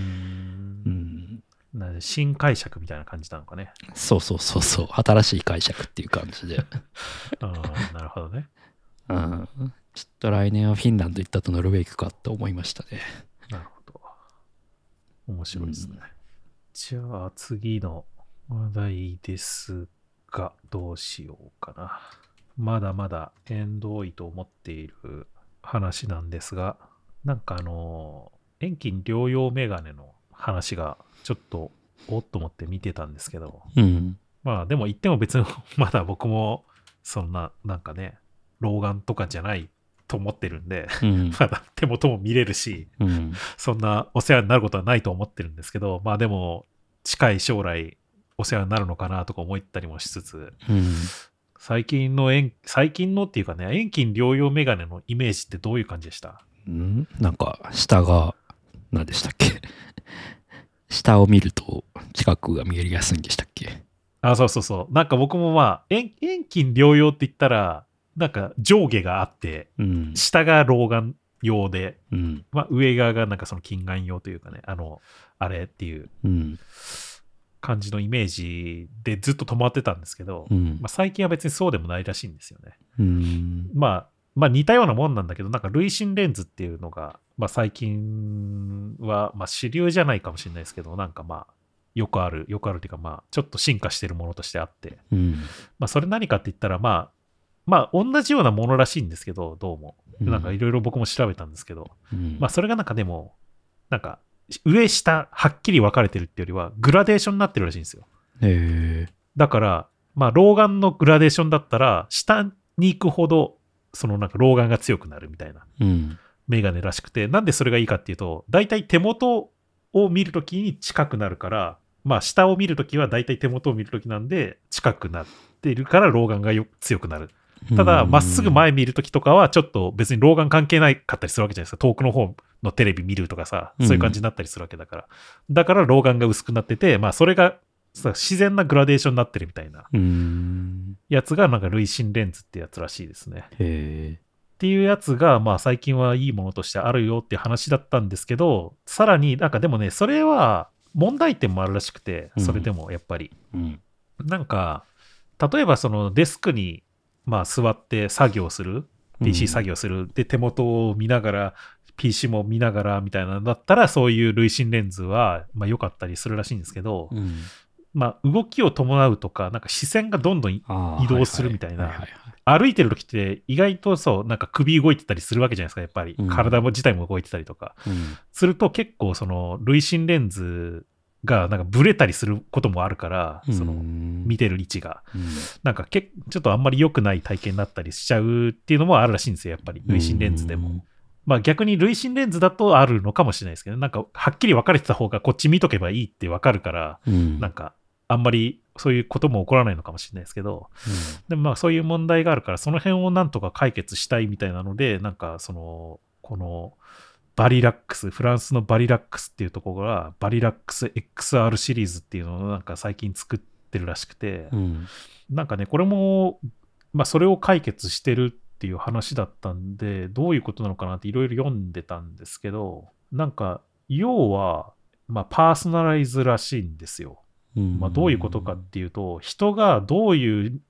新解釈みたいな感じなのかね。 そうそうそうそう。新しい解釈っていう感じで。 なるほどね。 ちょっと来年はフィンランド行ったとノルウェー行くかって思いましたね。 なるほど。面白いですね。じゃあ次の話題ですが、どうしようかな。まだまだ縁遠いと思っている話なんですが、なんか遠近療養メガネの話がちょっとおっと思って見てたんですけど、まあでも言っても別にまだ僕もそんななんかね、老眼とかじゃないと思ってるんで、まだ手元も見れるし、そんなお世話になることはないと思ってるんですけど、まあでも近い将来お世話になるのかなとか思ったりもしつつ、最近のっていうかね、遠近療養メガネのイメージってどういう感じでした？ なんか下が何でしたっけ下を見ると近くが見えやすいんでしたっけ？ そうそうそう。なんか僕もまあ遠近療養って言ったらなんか上下があって、下が老眼用で、まあ、上側がなんかその近眼用というかね、あれっていう感じのイメージでずっと止まってたんですけど、まあ、最近は別にそうでもないらしいんですよね。まあ似たようなもんなんだけど、なんか累進レンズっていうのが、まあ、最近は、まあ、主流じゃないかもしれないですけど、なんかまあよくあるっていうか、まあちょっと進化してるものとしてあって、まあそれ何かって言ったらまあ同じようなものらしいんですけど、どうも。なんかいろいろ僕も調べたんですけど、まあそれがなんかでも、なんか上下はっきり分かれてるっていうよりはグラデーションになってるらしいんですよ。だから、まあ老眼のグラデーションだったら、下に行くほど、そのなんか老眼が強くなるみたいなメガネらしくて、なんでそれがいいかっていうと、だいたい手元を見るときに近くなるから、まあ下を見るときはだいたい手元を見るときなんで近くなっているから老眼が強くなる。ただ、まっすぐ前見るときとかは、ちょっと別に老眼関係ないかったりするわけじゃないですか。遠くの方のテレビ見るとかさ、そういう感じになったりするわけだから。だから老眼が薄くなってて、まあそれが自然なグラデーションになってるみたいなやつが、なんか累進レンズってやつらしいですね。っていうやつが、まあ最近はいいものとしてあるよっていう話だったんですけど、さらになんかでもね、それは問題点もあるらしくて、それでもやっぱり。なんか、例えばそのデスクに、まあ座って作業する、PC 作業する、で手元を見ながら PC も見ながらみたいなのだったら、そういう累進レンズはまあ良かったりするらしいんですけど、まあ動きを伴うとか、なんか視線がどんどん移動するみたいな、歩いてる時って意外とそうなんか首動いてたりするわけじゃないですか。やっぱり体も自体も動いてたりとか、すると結構その累進レンズがなんかブレたりすることもあるから、その見てる位置が、なんかちょっとあんまり良くない体験になったりしちゃうっていうのもあるらしいんですよ。やっぱり累進レンズでも。まあ逆に累進レンズだとあるのかもしれないですけど、なんかはっきり分かれてた方がこっち見とけばいいって分かるから、なんかあんまりそういうことも起こらないのかもしれないですけど、でもまあそういう問題があるから、その辺をなんとか解決したいみたいなので、なんかこのバリラックス、フランスのバリラックスっていうところが、バリラックス XR シリーズっていうのをなんか最近作ってるらしくて、なんかね、これも、まあそれを解決してるっていう話だったんで、どういうことなのかなっていろいろ読んでたんですけど、なんか、要は、まあパーソナライズらしいんですよ。まあどういうことかっていうと、人がどういう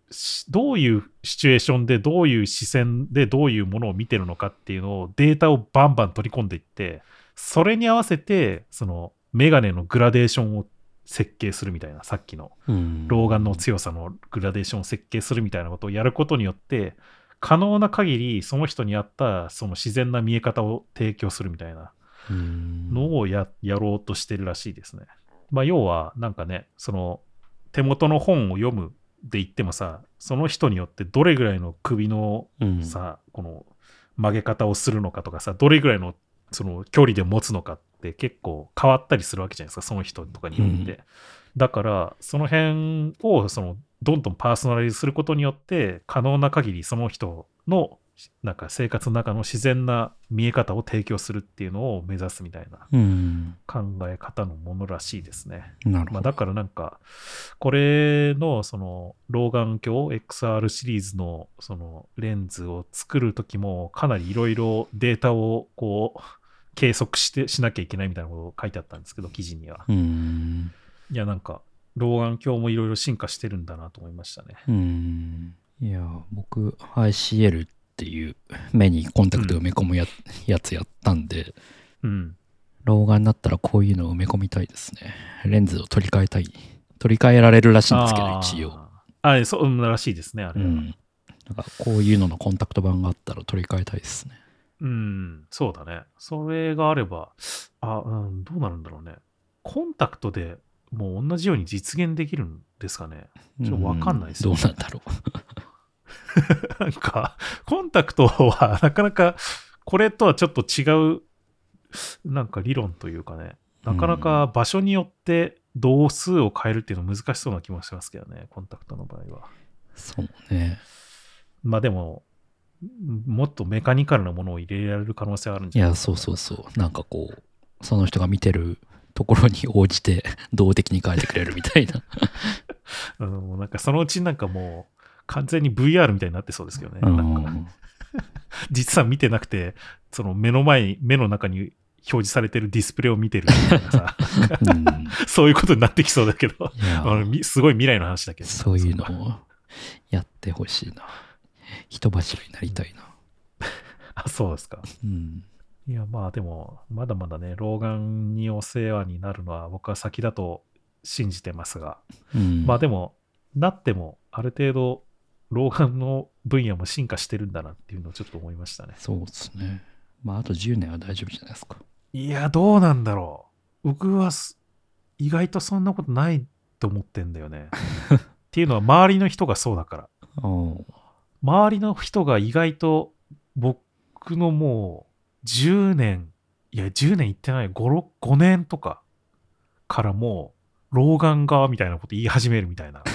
どういうシチュエーションでどういう視線でどういうものを見てるのかっていうのをデータをバンバン取り込んでいって、それに合わせてそのメガネのグラデーションを設計するみたいな、さっきの老眼の強さのグラデーションを設計するみたいなことをやることによって、可能な限りその人に合ったその自然な見え方を提供するみたいなのをやろうとしてるらしいですね。まあ要はなんかね、その手元の本を読むで言ってもさ、その人によってどれぐらいの首のさ、この曲げ方をするのかとかさ、どれぐらいのその距離で持つのかって結構変わったりするわけじゃないですか、その人とかによって。だからその辺をそのどんどんパーソナライズすることによって可能な限りその人のなんか生活の中の自然な見え方を提供するっていうのを目指すみたいな考え方のものらしいですね。まあ、だからなんかこれのその老眼鏡 XR シリーズのそのレンズを作る時もかなりいろいろデータをこう計測しなきゃいけないみたいなことを書いてあったんですけど、記事には。いやなんか老眼鏡もいろいろ進化してるんだなと思いましたね。 いや僕 ICL っていう目にコンタクト埋め込むやつやったんで、老眼になったらこういうのを埋め込みたいですね。レンズを取り替えられるらしいんですけど、一応。 そうらしいですね、あれは。 なんかこういうののコンタクト版があったら取り替えたいですね。 そうだね。それがあれば、どうなるんだろうね。コンタクトでもう同じように実現できるんですかね。ちょっとわかんないですよ、どうなんだろう。 なんか、コンタクトはなかなかこれとはちょっと違う、なんか理論というかね、なかなか場所によって度数を変えるっていうのは難しそうな気もしますけどね、コンタクトの場合は。 そうね。 まあでも、もっとメカニカルなものを入れられる可能性はあるんじゃないですか。 いや、そう。なんかこう、その人が見てるところに応じて動的に変えてくれるみたいな。 なんかそのうちなんかもう完全に VR みたいになってそうですけどね。なんか実は見てなくて、その目の中に表示されてるディスプレイを見てるみたいなさ、そういうことになってきそうだけど、すごい未来の話だけど。 そういうのをやってほしいな。人柱になりたいな。 そうですか。いや、まあでも、まだまだね、老眼にお世話になるのは僕は先だと信じてますが、まあでも、なってもある程度、老眼の分野も進化してるんだなっていうのをちょっと思いましたね。 そうですね。まああと10年は大丈夫じゃないですか。 いや、どうなんだろう。僕は意外とそんなことないと思ってんだよね。っていうのは周りの人がそうだから。周りの人が意外と僕のもう10年いってない、5年とかからもう老眼がみたいなこと言い始めるみたいな。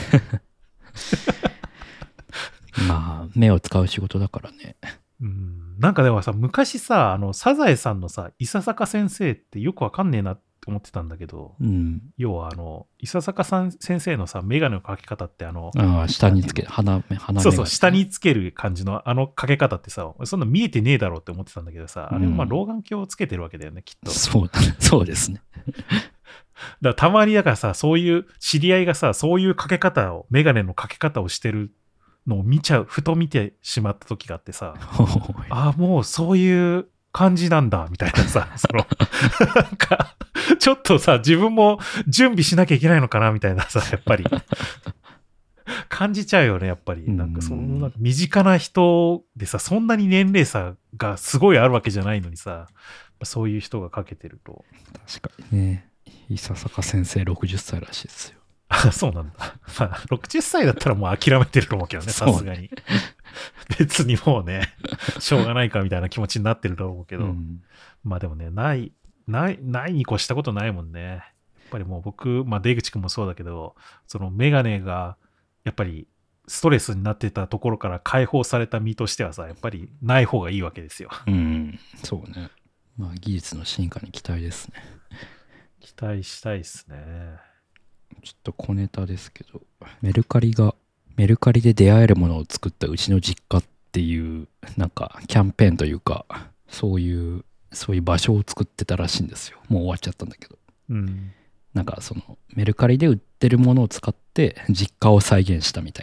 まあ目を使う仕事だからね。 なんかでもさ、昔さ、サザエさんのさ、伊佐坂先生ってよくわかんねえなって思ってたんだけど、要は伊佐坂先生のさ、メガネのかけ方って下につける、鼻そう、下につける感じのかけ方ってさ、そんな見えてねえだろうって思ってたんだけどさ、あれはまあ老眼鏡をつけてるわけだよね、きっと。 そうですね。 だからたまにだからさ、そういう知り合いがさ、そういうかけ方を、メガネのかけ方をしてるのをふと見てしまった時があってさ、もうそういう感じなんだみたいなさ、なんかちょっとさ、自分も準備しなきゃいけないのかなみたいなさ、やっぱり感じちゃうよね、やっぱり。なんかなんか身近な人でさ、そんなに年齢差がすごいあるわけじゃないのにさ、そういう人がかけてると。 確かにね。伊佐坂先生60歳らしいですよ。 そうなんだ。まあ、60歳だったらもう諦めてると思うけどね、さすがに。別にもうね、しょうがないかみたいな気持ちになってると思うけど。まあでもね、ないに越したことないもんね。やっぱりもう僕、出口くんもそうだけど、そのメガネが、やっぱりストレスになってたところから解放された身としてはさ、やっぱりない方がいいわけですよ。 そうね。まあ技術の進化に期待ですね。 期待したいですね。 ちょっと小ネタですけど、メルカリで出会えるものを作ったうちの実家っていうなんかキャンペーンというか、そういう場所を作ってたらしいんですよ。もう終わっちゃったんだけど、 なんかそのメルカリで売ってるものを使って実家を再現したみたいな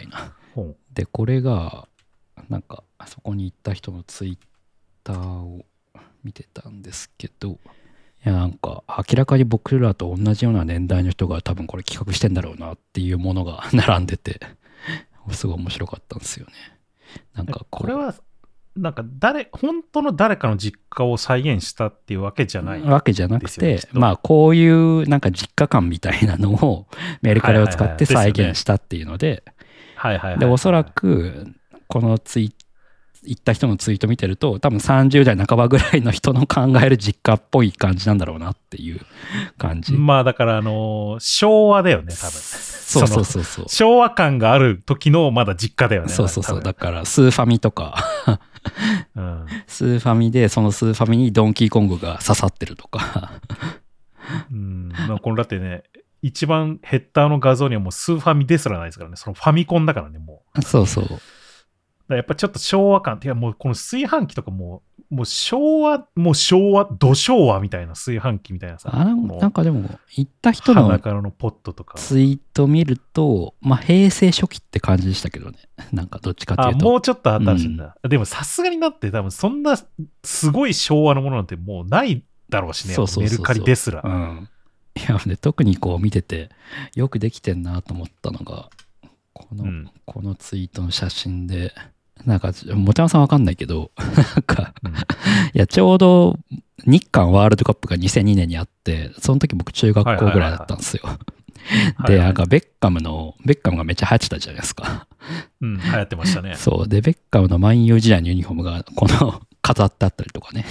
で、これが、なんか、そこに行った人のツイッターを見てたんですけど、いや、なんか、明らかに僕らと同じような年代の人が多分これ企画してんだろうなっていうものが並んでて、すごい面白かったんですよね。なんかこれは、なんか本当の誰かの実家を再現したっていうわけじゃない、 わけじゃなくて、まあこういうなんか実家感みたいなのをメルカリを使って再現したっていうので、で、おそらくこの行った人のツイート見てると、多分30代半ばぐらいの人の考える実家っぽい感じなんだろうなっていう感じ。 まあだから昭和だよね、多分。 そう。 昭和感がある時のまだ実家だよね。 そう。だからスーファミとか、うん、スーファミでそのスーファミにドンキーコングが刺さってるとかこれだってね、一番ヘッダーの画像にはもうスーファミですらないですからね。そのファミコンだからね、もう。そう。 やっぱちょっと昭和感って、いやもうこの炊飯器とかもう昭和、土昭和みたいな炊飯器みたいなさ。 なんかでも、行った人のポットとかツイート見ると、まあ平成初期って感じでしたけどね。なんかどっちかっていうと。 もうちょっと新しいんだ。でもさすがになって多分そんなすごい昭和のものなんてもうないだろうしね。メルカリですら。 いや、ね、特にこう見ててよくできてんなと思ったのが、このツイートの写真で、なんか、もちゃんさんわかんないけど、なんか、いや、ちょうど日韓ワールドカップが2002年にあって、その時僕中学校ぐらいだったんですよ。で、なんかベッカムがめっちゃ流行ってたじゃないですか。 流行ってましたね。 そう。で、ベッカムのマンユー時代のユニフォームが、飾ってあったりとかね。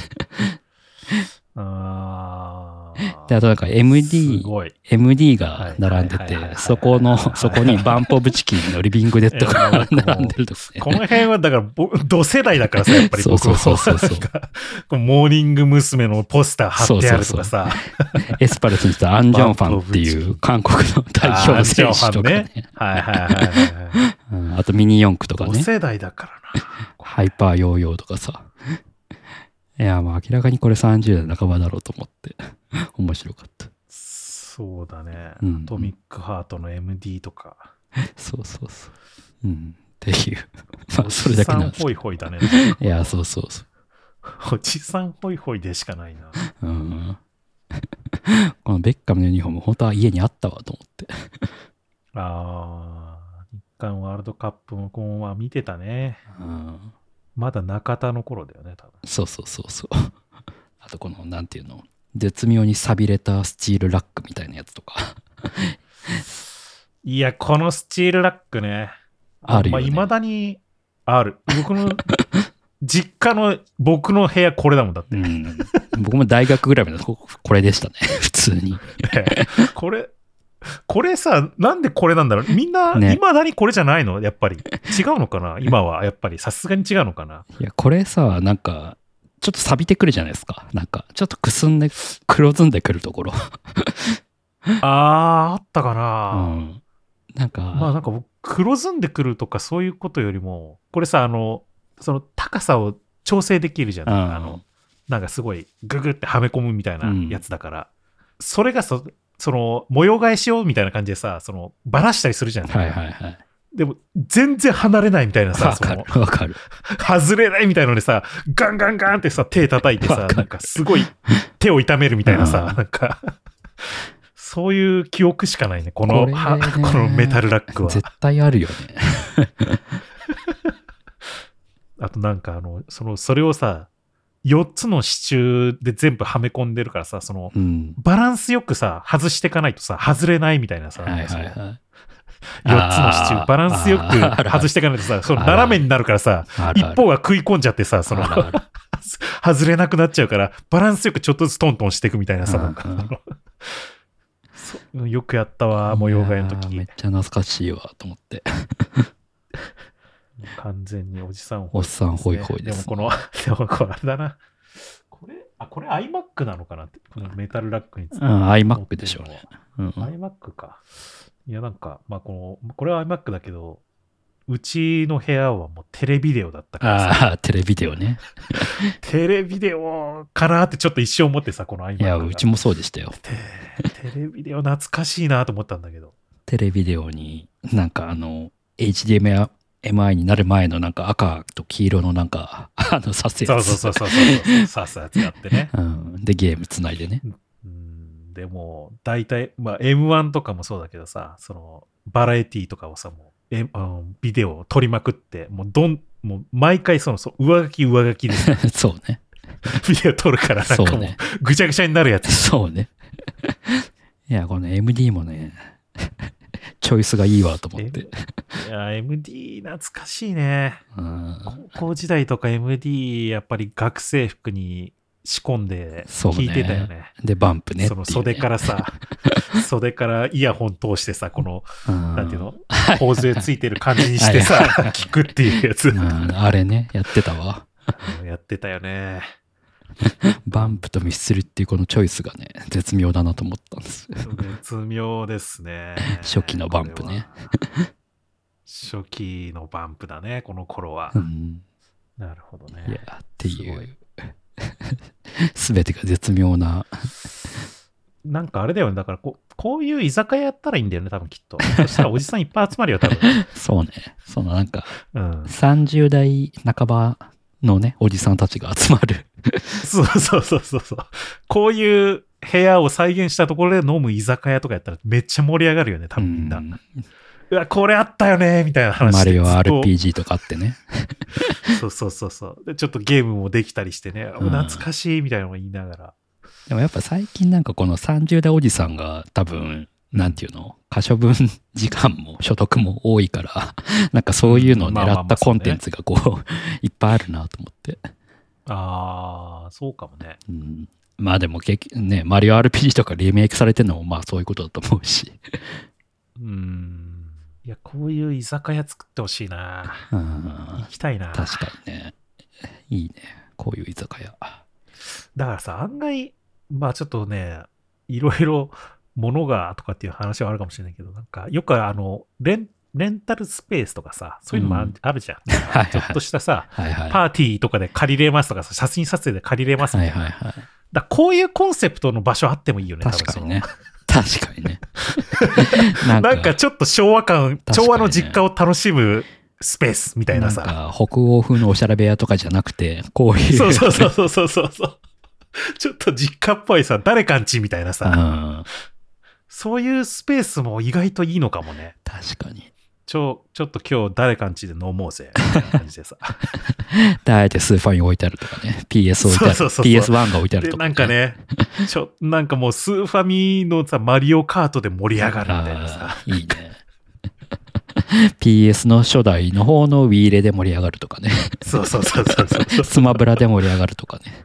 で、あとなんか MD が並んでて、そこにバンプオブチキンのリビングデッドが並んでるとかね。 この辺はだから、同世代だからさ、やっぱり僕もそう。モーニング娘。のポスター貼ってあるとかさ。 エスパルスにしたアン・ジョンファンっていう韓国の代表の選手とかね。あとミニ四駆とかね。 同世代だからな。 ハイパーヨーヨーとかさ。いや、まあ明らかにこれ30代半ばだろうと思って面白かった。 そうだね。アトミックハートの MD とか。 そう。っていう。まあそれだけなんです。 おじさんホイホイだね。 いや、そう。 おじさんホイホイでしかないな。 このベッカムのユニフォーム、本当は家にあったわと思って。 日韓ワールドカップも見てたね。まだ中田の頃だよね、多分。 そう。あとなんていうの、絶妙に錆びれたスチールラックみたいなやつとか。 いや、このスチールラックね。 あるよね。 未だにある。僕の実家の僕の部屋これだもんだって。 僕も大学ぐらいまでこれでしたね、普通に。 これさ、なんでこれなんだろう。みんな、未だにこれじゃないのやっぱり。違うのかな今は、やっぱり。さすがに違うのかないや、これさ、なんか、ちょっと錆びてくるじゃないですか。なんか、ちょっと黒ずんでくるところ。 あったかな、 なんか。 まあなんか、黒ずんでくるとかそういうことよりも、これさ、その高さを調整できるじゃん。なんかすごい、ググってはめ込むみたいなやつだから。それがその模様替えしようみたいな感じでさ、バラしたりするじゃん。でも、全然離れないみたいなさ、 わかる。 外れないみたいのでさ、ガンガンガンってさ、手叩いてさ、なんかすごい手を痛めるみたいなさ、なんか、そういう記憶しかないね、このメタルラックは。 絶対あるよね。 あとなんかそれをさ、4つの支柱で全部はめ込んでるからさ、バランスよくさ、外していかないとさ、外れないみたいなさ、4つの支柱、バランスよく外していかないとさ、斜めになるからさ、一方が食い込んじゃってさ、外れなくなっちゃうから、バランスよくちょっとずつトントンしていくみたいなさ、なんかよくやったわ、模様替えの時。 めっちゃ懐かしいわ、と思って。 完全におじさんホイホイ、ね。おっさんホイホイです、 ね。でもこれあれだな。これ iMac なのかなって。このメタルラックについて。 iMac でしょうね。 iMac か。いやなんか、まあこれは iMac だけど、うちの部屋はもうテレビデオだったからさ。 テレビデオね。 テレビデオかなってちょっと一瞬思ってさ、この iMac。 いや、うちもそうでしたよ。 テレビデオ懐かしいなと思ったんだけど。 テレビデオになんかHDMI MI になる前のなんか赤と黄色のなんか、刺すやつ。 そう、刺すやつやってね。 で、ゲームつないでね。 でも、大体、まあ、M1 とかもそうだけどさ、その、バラエティとかをさ、もう、ビデオを撮りまくって、もう毎回上書きでそうね。 ビデオ撮るから、なんかもう、ぐちゃぐちゃになるやつ。 そうね。いや、この MD もね、チョイスがいいわと思って。 いや、MD 懐かしいね。高校時代とか MD やっぱり学生服に仕込んで聞いてたよね。 で、バンプね。 その袖からさ、袖からイヤホン通してさ、この、なんていうの、頬杖ついてる感じにしてさ、聞くっていうやつ。 あれね、やってたわ。 やってたよね。 バンプとミスチルっていうこのチョイスがね、絶妙だなと思ったんです。 絶妙ですね。 初期のバンプね。 初期のバンプだね、この頃は。なるほどね。 いや、っていう。すべてが絶妙な。 なんかあれだよね。だからこういう居酒屋やったらいいんだよね、多分きっと。そしたらおじさんいっぱい集まるよ、多分。 そうね。そのなんか、30代半ばのね、おじさんたちが集まる。 そう。こういう部屋を再現したところで飲む居酒屋とかやったらめっちゃ盛り上がるよね、多分みんな。うわ、これあったよね、みたいな話で。 マリオ RPG とかあってね。 そう。でちょっとゲームもできたりしてね、懐かしいみたいなのを言いながら。 でもやっぱ最近なんかこの30代おじさんが多分、なんていうの、可処分時間も所得も多いから、なんかそういうのを狙ったコンテンツがこう、いっぱいあるなと思って。 ああ、そうかもね。 まあでもね、マリオ RPG とかリメイクされてるのもまあそういうことだと思うし。 いや、こういう居酒屋作ってほしいな。行きたいな。 確かにね。いいね。こういう居酒屋。 だからさ、案外、まあちょっとね、いろいろ物がとかっていう話はあるかもしれないけど、なんかよくレンタルスペースとかさ、そういうのもあるじゃん。ちょっとしたさ、パーティーとかで借りれますとかさ、写真撮影で借りれますみたいな。だこういうコンセプトの場所あってもいいよね、 確かにね。確かにね。 なんかちょっと昭和の実家を楽しむスペースみたいなさ。 なんか北欧風のおしゃれ部屋とかじゃなくて、こういう。 そう。ちょっと実家っぽいさ、誰かんちみたいなさ。そういうスペースも意外といいのかもね。 確かに。 ちょっと今日誰かんちで飲もうぜ。みたいな感じでさ。 あえてスーファミ置いてあるとかね。PS 置いてある。PS1 が置いてあるとか、 なんかね、なんかもうスーファミのさ、マリオカートで盛り上がるみたいなさ。 いいね。PS の初代の方の Wii レで盛り上がるとかね。 そう。 スマブラで盛り上がるとかね。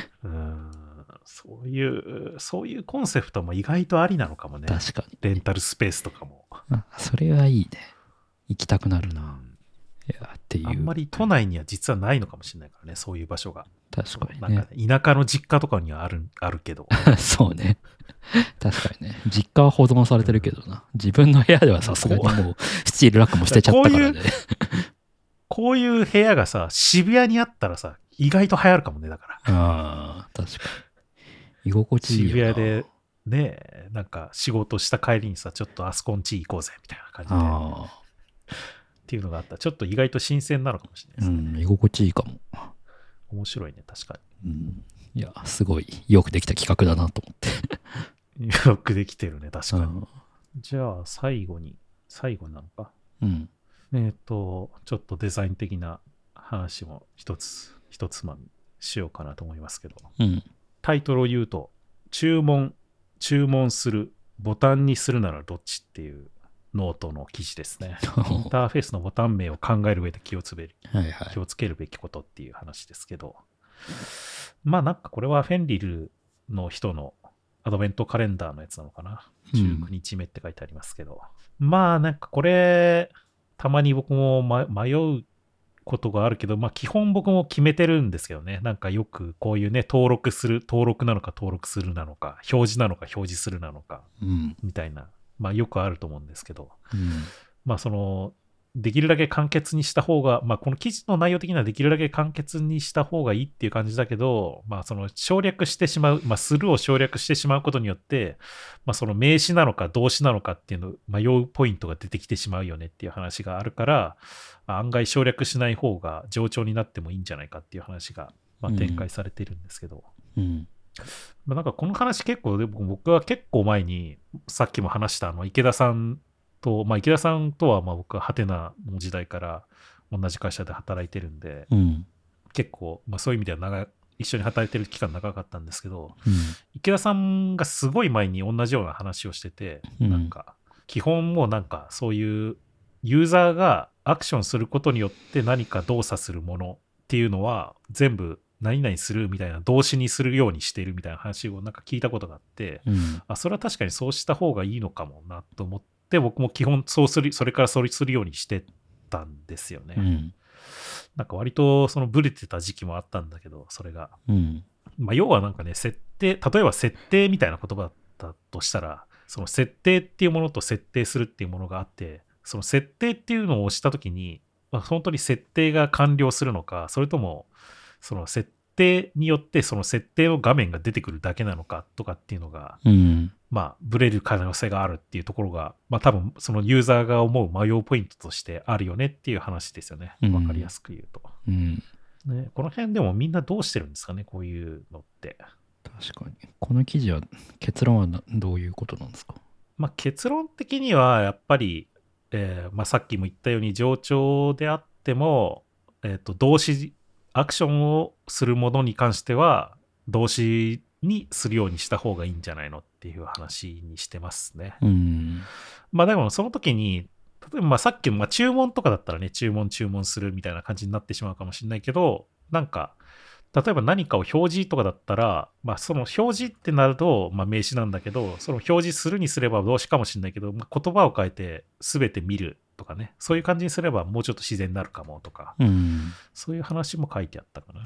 そういうコンセプトも意外とありなのかもね。 確かに。 レンタルスペースとかも。 それはいいね。行きたくなるな。いや、っていう。 あんまり都内には実はないのかもしれないからね、そういう場所が。 確かにね。 なんか田舎の実家とかにはあるけど。 そうね。確かにね。実家は保存されてるけどな。自分の部屋ではさすがにもうスチールラックも捨てちゃったからね。 こういう部屋がさ、渋谷にあったらさ、意外と流行るかもね、だから。 確かに。居心地いいよな。 渋谷で、ね、なんか仕事した帰りにさ、ちょっとあそこんち行こうぜ、みたいな感じで。っていうのがあったら、ちょっと意外と新鮮なのかもしれないですね。 居心地いいかも。 面白いね、確かに。いや、すごいよくできた企画だなと思って。 よくできてるね、確かに。じゃあ、最後なのか。ちょっとデザイン的な話も一つまみしようかなと思いますけど。タイトルを言うと、注文する、ボタンにするならどっちっていうノートの記事ですね。インターフェースのボタン名を考える上で気をつけるべきことっていう話ですけど、まあなんかこれはフェンリルの人のアドベントカレンダーのやつなのかな。19日目って書いてありますけど、まあなんかこれたまに僕も迷うことがあるけど、まあ基本僕も決めてるんですけどね。なんかよくこういうね、登録なのか登録するなのか、表示なのか表示するなのか、みたいな、まあよくあると思うんですけど、まあその、 できるだけ簡潔にした方が、この記事の内容的にはできるだけ簡潔にした方がいいっていう感じだけど、その省略してしまう、スルーを省略してしまうことによって、その名詞なのか動詞なのかっていうのを迷うポイントが出てきてしまうよねっていう話があるから、案外省略しない方が冗長になってもいいんじゃないかっていう話が、展開されているんですけど、なんかこの話結構、でも僕は結構前に、さっきも話した池田さんと、池田さんとは僕はハテナの時代から同じ会社で働いてるんで、結構、そういう意味では一緒に働いてる期間長かったんですけど、池田さんがすごい前に同じような話をしてて、なんか基本もうなんかそういうユーザーがアクションすることによって何か動作するものっていうのは全部何々するみたいな動詞にするようにしているみたいな話をなんか聞いたことがあって、それは確かにそうした方がいいのかもなと思って、僕も基本それからそうするようにしてたんですよね。なんか割とそのブレてた時期もあったんだけど、それが。要はなんかね、例えば設定みたいな言葉だったとしたら、その設定っていうものと設定するっていうものがあって、その設定っていうのを押したときに、本当に設定が完了するのか、それとも、その設定によってその設定の画面が出てくるだけなのかとかっていうのが、ブレる可能性があるっていうところが、多分そのユーザーが思う迷うポイントとしてあるよねっていう話ですよね。わかりやすく言うと。ね、この辺でもみんなどうしてるんですかね、こういうのって。 確かに。この記事は、結論はどういうことなんですか？ 結論的にはやっぱり、さっきも言ったように冗長であっても、動詞アクションをするものに関しては動詞にするようにした方がいいんじゃないのっていう話にしてますね。でもその時に例えばさっきの注文とかだったらね、注文するみたいな感じになってしまうかもしれないけど、なんか例えば何かを表示とかだったら、その表示ってなると、名詞なんだけど、その表示するにすれば動詞かもしれないけど、言葉を変えて全て見るとかね、そういう感じにすればもうちょっと自然になるかもとか、そういう話も書いてあったか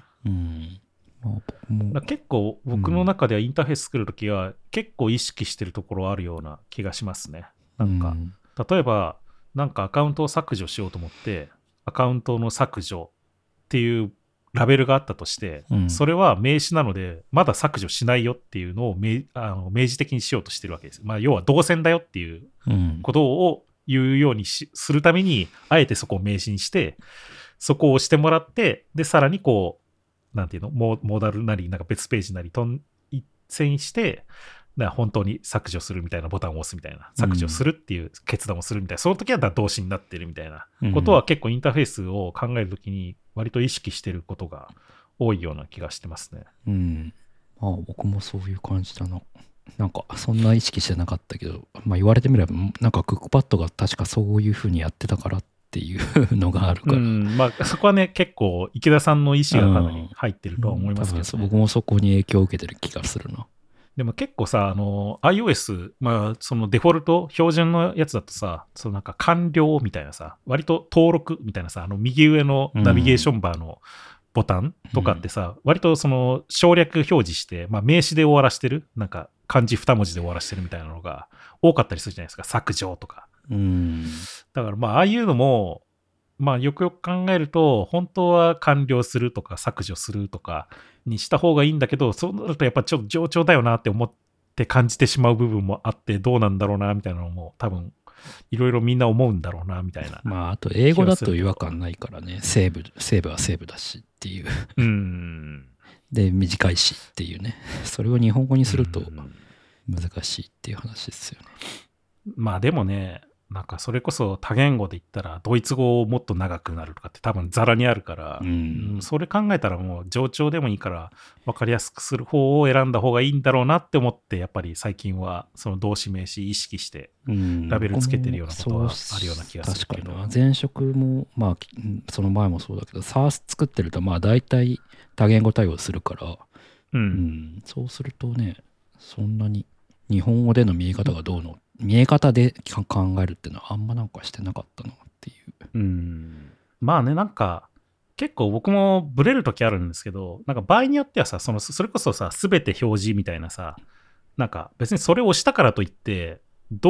な。結構僕の中ではインターフェース作るときは結構意識してるところあるような気がしますね。なんか、例えばなんかアカウントを削除しようと思って、アカウントの削除っていうラベルがあったとして、それは名詞なのでまだ削除しないよっていうのを明示的にしようとしてるわけです。要は動線だよっていうことを言うようにするために、あえてそこを名詞にしてそこを押してもらって、でさらにこうなんていうの、モーダルなりなんか別ページなり一線して本当に削除するみたいなボタンを押すみたいな、削除するっていう決断をするみたいな、その時は動詞になってるみたいなことは結構インターフェースを考えるときに割と意識してることが多いような気がしてますね。 僕もそういう感じだな。なんかそんな意識してなかったけど、言われてみればなんかクックパッドが確かそういう風にやってたからっていうのがあるから、 そこはね結構池田さんの意思がかなり入ってるとは思いますけど、 僕もそこに影響を受けてる気がするな。 でも結構さ、iOS、そのデフォルト、標準のやつだとさ、そのなんか完了みたいなさ、割と登録みたいなさ、右上のナビゲーションバーのボタンとかってさ、割とその省略表示して、名詞で終わらしてる、なんか漢字2文字で終わらしてるみたいなのが多かったりするじゃないですか、削除とか。だからああいうのも、よくよく考えると、本当は完了するとか削除するとかにした方がいいんだけど、そうなるとやっぱちょっと冗長だよなって思って感じてしまう部分もあって、どうなんだろうなみたいなのも多分いろいろみんな思うんだろうなみたいな。 あと英語だと違和感ないからね、セーブはセーブだしっていう。で、短いしっていうね。それを日本語にすると難しいっていう話ですよね。 でもね、なんかそれこそ多言語で言ったらドイツ語をもっと長くなるとかって多分ザラにあるから、それ考えたらもう冗長でもいいから分かりやすくする方を選んだ方がいいんだろうなって思って、やっぱり最近はその動詞名詞意識してラベルつけてるようなことはあるような気がするけど、 前職もその前もそうだけど SARS 作ってると大体多言語対応するから、そうするとね、そんなに日本語での見え方がどうの見え方で考えるっていうのはあんまなんかしてなかったなっていう。 なんか結構僕もブレる時あるんですけど、なんか場合によってはさ、それこそさ、全て表示みたいなさ、なんか別にそれを押したからといってど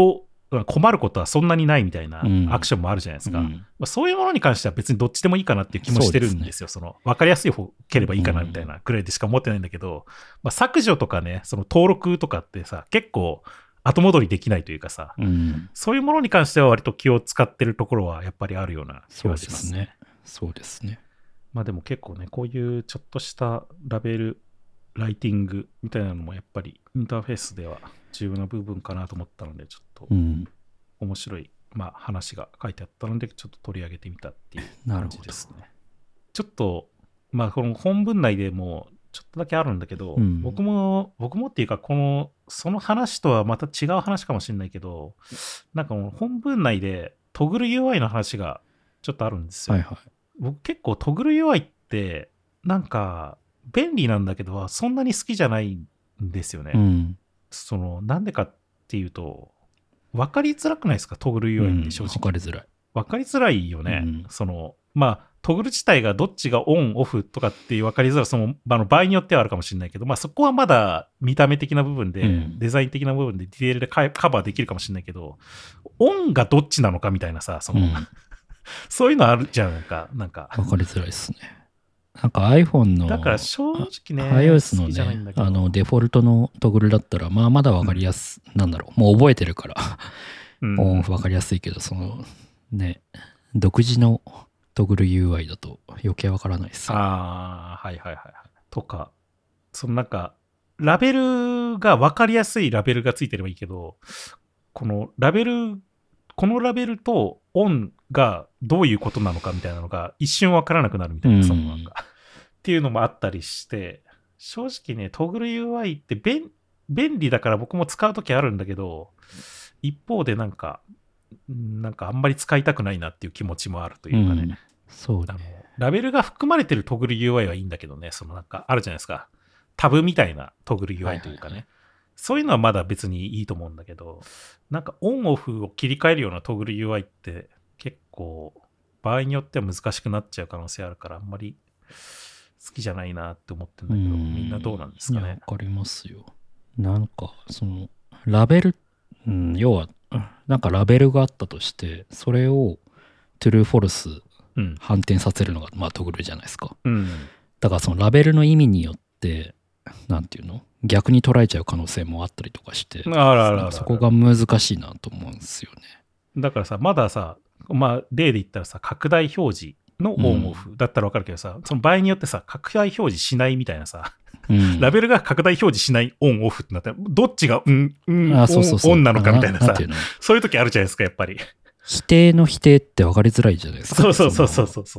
困ることはそんなにないみたいなアクションもあるじゃないですか。そういうものに関しては別にどっちでもいいかなっていう気もしてるんですよ。分かりやすい方ければいいかなみたいなくらいでしか思ってないんだけど、削除とかね、その登録とかってさ、結構後戻りできないというかさ、そういうものに関しては割と気を使ってるところはやっぱりあるような気がしますね。 そうですね。 でも結構ね、こういうちょっとしたラベル、ライティングみたいなのもやっぱりインターフェースでは重要な部分かなと思ったので、ちょっと面白い、話が書いてあったので、ちょっと取り上げてみたっていう感じですね。ちょっと、この本文内でもちょっとだけあるんだけど、僕もっていうか、その話とはまた違う話かもしれないけど、なんかもう本文内でトグル UI の話がちょっとあるんですよ。僕結構トグル UI ってなんか便利なんだけどそんなに好きじゃないんですよね。なんでかっていうと分かりづらくないですか、トグル UI って正直。 分かりづらい。 分かりづらいよね。トグル自体がどっちがオンオフとかっていう分かりづらさ場合によってはあるかもしれないけど、そこはまだ見た目的な部分で、デザイン的な部分でディテールでカバーできるかもしれないけど、オンがどっちなのかみたいなさ、そういうのあるじゃん。なんか分かりづらいですね。なんか iPhone のだから正直ね iOS のね、デフォルトのトグルだったらまだ分かりやす、なんだろう、もう覚えてるからオンオフ分かりやすいけど、独自のトグル UI だと余計分からないですよ。 とか、なんかラベルが分かりやすいラベルがついてればいいけど、このラベルとオンがどういうことなのかみたいなのが一瞬分からなくなるみたいな、っていうのもあったりして、正直ね、トグル UI って便利だから僕も使うときあるんだけど、一方でなんかあんまり使いたくないなっていう気持ちもあるというかね。 そうだね。 ラベルが含まれてるトグル UI はいいんだけどね、なんかあるじゃないですか。タブみたいなトグル UI というかね。そういうのはまだ別にいいと思うんだけど、なんかオンオフを切り替えるようなトグル UI って結構場合によっては難しくなっちゃう可能性あるから、あんまり好きじゃないなって思ってるんだけど、みんなどうなんですかね。 わかりますよ。なんかラベル、要はなんかラベルがあったとして、それをトゥルーフォルス反転させるのがトグルじゃないですか。だからそのラベルの意味によってなんていうの、逆に捉えちゃう可能性もあったりとかして、そこが難しいなと思うんですよね。 だからさ、まださ、例で言ったらさ、拡大表示のオンオフだったら分かるけどさ、その場合によってさ、拡大表示しないみたいなさ、ラベルが拡大表示しないオンオフってなったら、どっちがオンなのかみたいなさ、そういう時あるじゃないですか、やっぱり。 否定の否定って分かりづらいじゃないですか。 そう。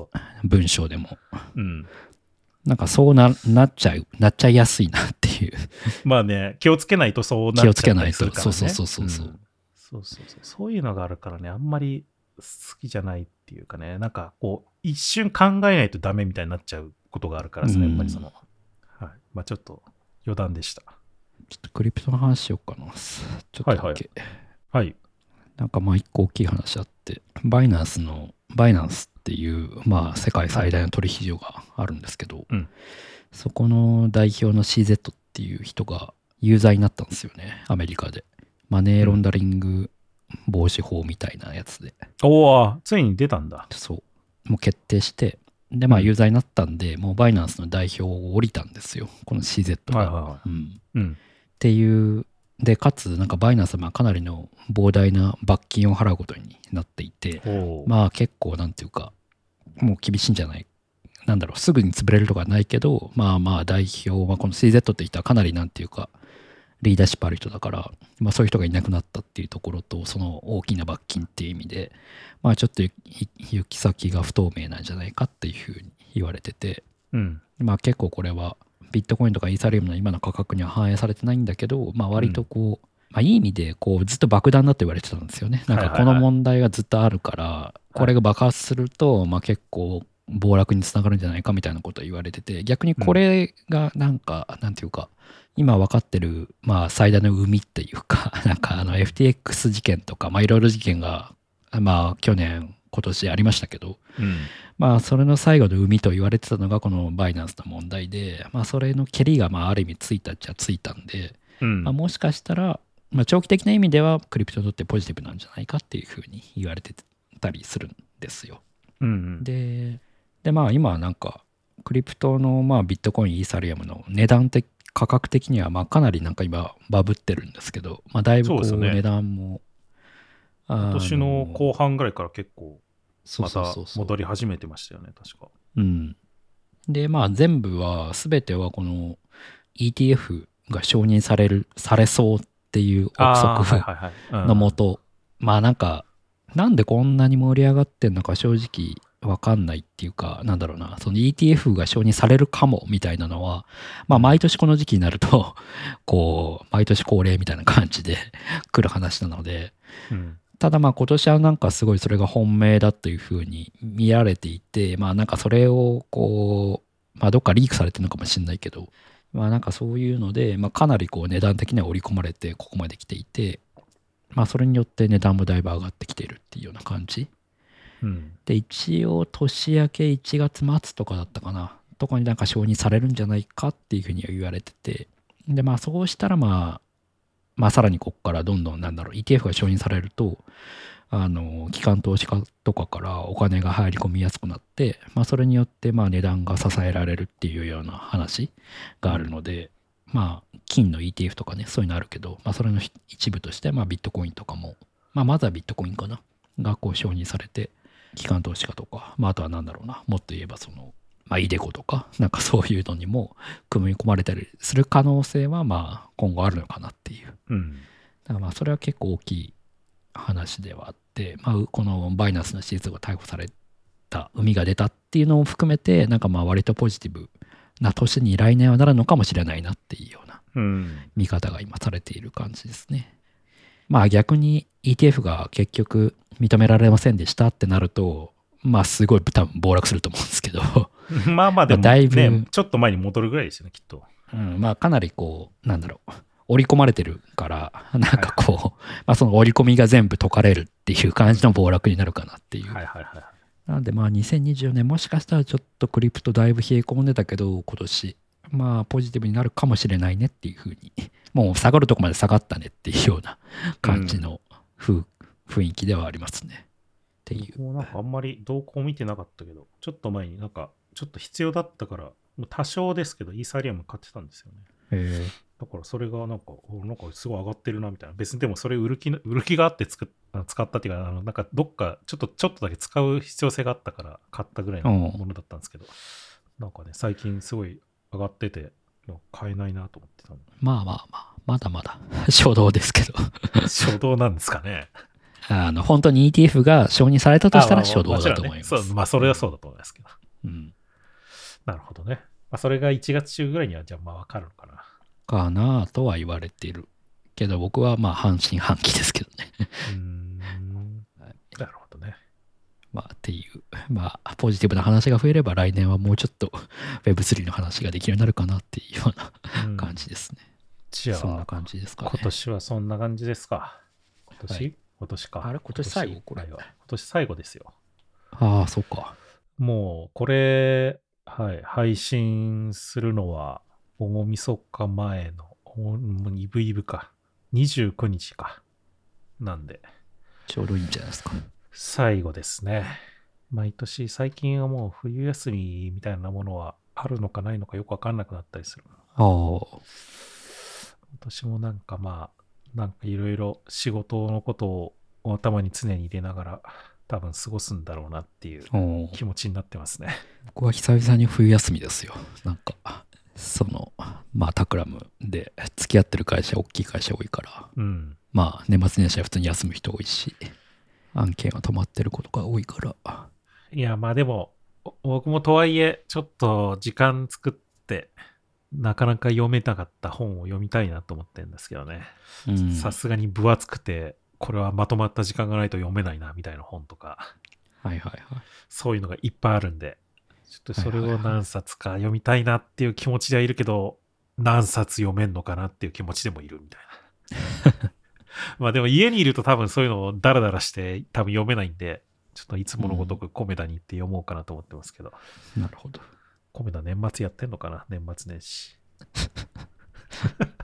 文章でも。なんかそうなっちゃいやすいなっていう。 気をつけないとそうなっちゃったりするからね。そういうのがあるからね、あんまり好きじゃないっていうかね、なんか一瞬考えないとダメみたいになっちゃうことがあるからさ、やっぱりちょっと余談でした。 ちょっとクリプトの話しようかな。ちょっとだけ。なんか一個大きい話あって、バイナンスっていう世界最大の取引所があるんですけど、そこの代表の CZ っていう人が有罪になったんですよね、アメリカで。マネーロンダリング防止法みたいなやつで。 ついに出たんだ。 そう。もう決定して、で有罪になったんで、もうバイナンスの代表を降りたんですよ、この CZ が。っていう。でかつなんかバイナンスはかなりの膨大な罰金を払うことになっていて、結構なんていうかもう厳しいんじゃない、なんだろう、すぐに潰れるとかないけど、代表はこの CZ って人はかなりなんていうかリーダーシップある人だから、そういう人がいなくなったっていうところと、その大きな罰金っていう意味でちょっと行き先が不透明なんじゃないかっていうふうに言われてて、結構これはビットコインとかイーサリアムの今の価格には反映されてないんだけど、割といい意味でずっと爆弾だと言われてたんですよね。なんかこの問題がずっとあるから、これが爆発すると結構暴落につながるんじゃないかみたいなことを言われてて、逆にこれがなんていうか今分かってる最大の海っていうか、なんかFTX 事件とかいろいろ事件が去年今年ありましたけど、それの最後の海と言われてたのがこのバイナンスの問題で、それのけりがある意味ついたっちゃついたんで、もしかしたらまあ、長期的な意味ではクリプトにとってポジティブなんじゃないかっていうふうに言われてたりするんですよ。 うんうん、 でまあ今なんかクリプトのまあビットコインイーサリアムの価格的にはまあかなりなんか今バブってるんですけど、まあ、だいぶこう値段も、 今年の後半ぐらいから結構また戻り始めてましたよね、確か。 うん。でまあ全てはこの ETF が承認されそうっていう憶測のもと、まあなんでこんなに盛り上がってんのか正直わかんないっていうか、なんだろうな、その ETF が承認されるかもみたいなのは、まあ毎年この時期になると、こう、毎年恒例みたいな感じで来る話なので、ただまあ今年はなんかすごいそれが本命だというふうに見られていて、まあなんかそれをこう、まあどっかリークされてるのかもしれないけど、まあなんかそういうので、まあかなりこう値段的には織り込まれてここまで来ていて、まあそれによって値段もだいぶ上がってきているっていうような感じ。で一応年明け1月末とかだったかなとかになんか承認されるんじゃないかっていうふうには言われてて、でまあそうしたらまあさらにここからどんどんETF が承認されると機関投資家とかからお金が入り込みやすくなって、まあそれによってまあ値段が支えられるっていうような話があるので、まあ金の ETF とかねそういうのあるけど、まあそれの一部としてまあビットコインとかも、まあまずはビットコインかながこう承認されて、機関投資家とか、まあ、あとはなんだろうな、もっと言えばまあ、イデコとか、なんかそういうのにも組み込まれたりする可能性は、まあ、今後あるのかなっていう。だからまあ、それは結構大きい話ではあって、まあ、このバイナンスの C2 が逮捕された、海が出たっていうのを含めて、なんかまあ、割とポジティブな年に来年はなるのかもしれないなっていうような見方が今されている感じですね。まあ逆に ETF が結局認められませんでしたってなると、まあすごい多分暴落すると思うんですけど。 まあまあでも、だいぶ、ちょっと前に戻るぐらいですよね、きっと。 まあかなりこう、織り込まれてるから、なんかこう、まあその織り込みが全部解かれるっていう感じの暴落になるかなっていう。なんでまあ2024年もしかしたらちょっとクリプトだいぶ冷え込んでたけど、今年、まあポジティブになるかもしれないねっていうふうに、もう下がるとこまで下がったねっていうような感じの雰囲気ではありますね。っていう。 もうなんかあんまり動向見てなかったけど、ちょっと前になんかちょっと必要だったから、多少ですけどイーサリアム買ってたんですよね。だからそれがなんかすごい上がってるなみたいな。別にでもそれ売る気があって使ったっていうか、なんかどっかちょっとだけ使う必要性があったから買ったぐらいのものだったんですけど、なんかね、最近すごい上がってて、買えないなと思ってたの。 まあ、まだまだ初動ですけど初動なんですかね。 本当に ETF が承認されたとしたら初動だと思います。 まあそれはそうだと思いますけど。なるほどね。まあそれが1月中ぐらいにはじゃあまあわかるのかな。 かなとは言われているけど、僕はまあ半信半疑ですけどね。 なるほどね。 まあっていう、まあポジティブな話が増えれば来年はもうちょっと Web3 の話ができるようになるかなっていうような感じですね。 じゃあそんな感じですかね。 今年はそんな感じですか。今年か。 あれ今年最後これ。 今年最後ですよ。 ああ、そうか。 もうこれ、はい、配信するのは大晦日前のイブイブか。29日か。なんで。 ちょうどいいんじゃないですか。 最後ですね。毎年最近はもう冬休みみたいなものはあるのかないのかよくわかんなくなったりする。私もなんかいろいろ仕事のことを頭に常に入れながら多分過ごすんだろうなっていう気持ちになってますね。 僕は久々に冬休みですよ。なんかまあタクラムで付き合ってる会社大きい会社多いから、まあ年末年始は普通に休む人多いし、案件は止まってることが多いから。 いやまあでも僕もとはいえちょっと時間作ってなかなか読めなかった本を読みたいなと思ってるんですけどね。さすがに分厚くてこれはまとまった時間がないと読めないなみたいな本とか、そういうのがいっぱいあるんで、ちょっとそれを何冊か読みたいなっていう気持ちではいるけど、何冊読めんのかなっていう気持ちでもいるみたいな。まあでも家にいると多分そういうのをダラダラして多分読めないんで、ちょっといつものごとくコメダに行って読もうかなと思ってますけど。 なるほど。 コメダ年末やってんのかな、年末年始。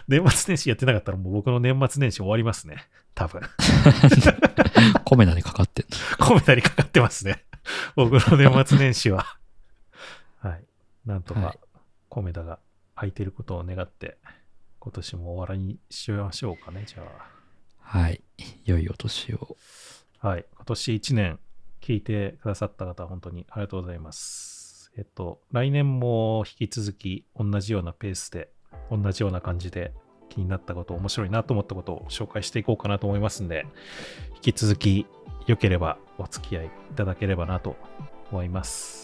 年末年始やってなかったらもう僕の年末年始終わりますね。多分。 コメダにかかってんのコメダにかかってますね。僕の年末年始は。はい。なんとかコメダが空いてることを願って、今年も終わらにしましょうかね、じゃあ。 はい。良いお年を。 はい。今年1年聞いてくださった方、本当にありがとうございます。来年も引き続き同じようなペースで、同じような感じで気になったこと、面白いなと思ったことを紹介していこうかなと思いますんで、引き続き良ければお付き合いいただければなと思います。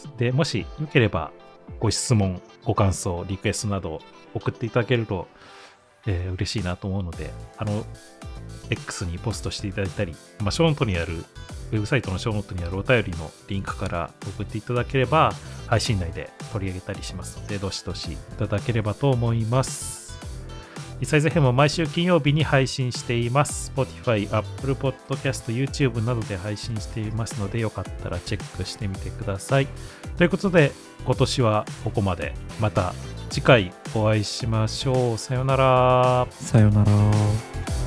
で、もし良ければご質問、ご感想、リクエストなど送っていただけると、嬉しいなと思うので、X にポストしていただいたり、ショーノートにある、ウェブサイトのショーノートにあるお便りのリンクから送っていただければ、配信内で取り上げたりしますので、どしどしいただければと思います。リサイズ編も毎週金曜日に配信しています。Spotify、Apple Podcast、YouTube などで配信していますので、よかったらチェックしてみてください。ということで、今年はここまで。また次回お会いしましょう。さよなら。 さよなら。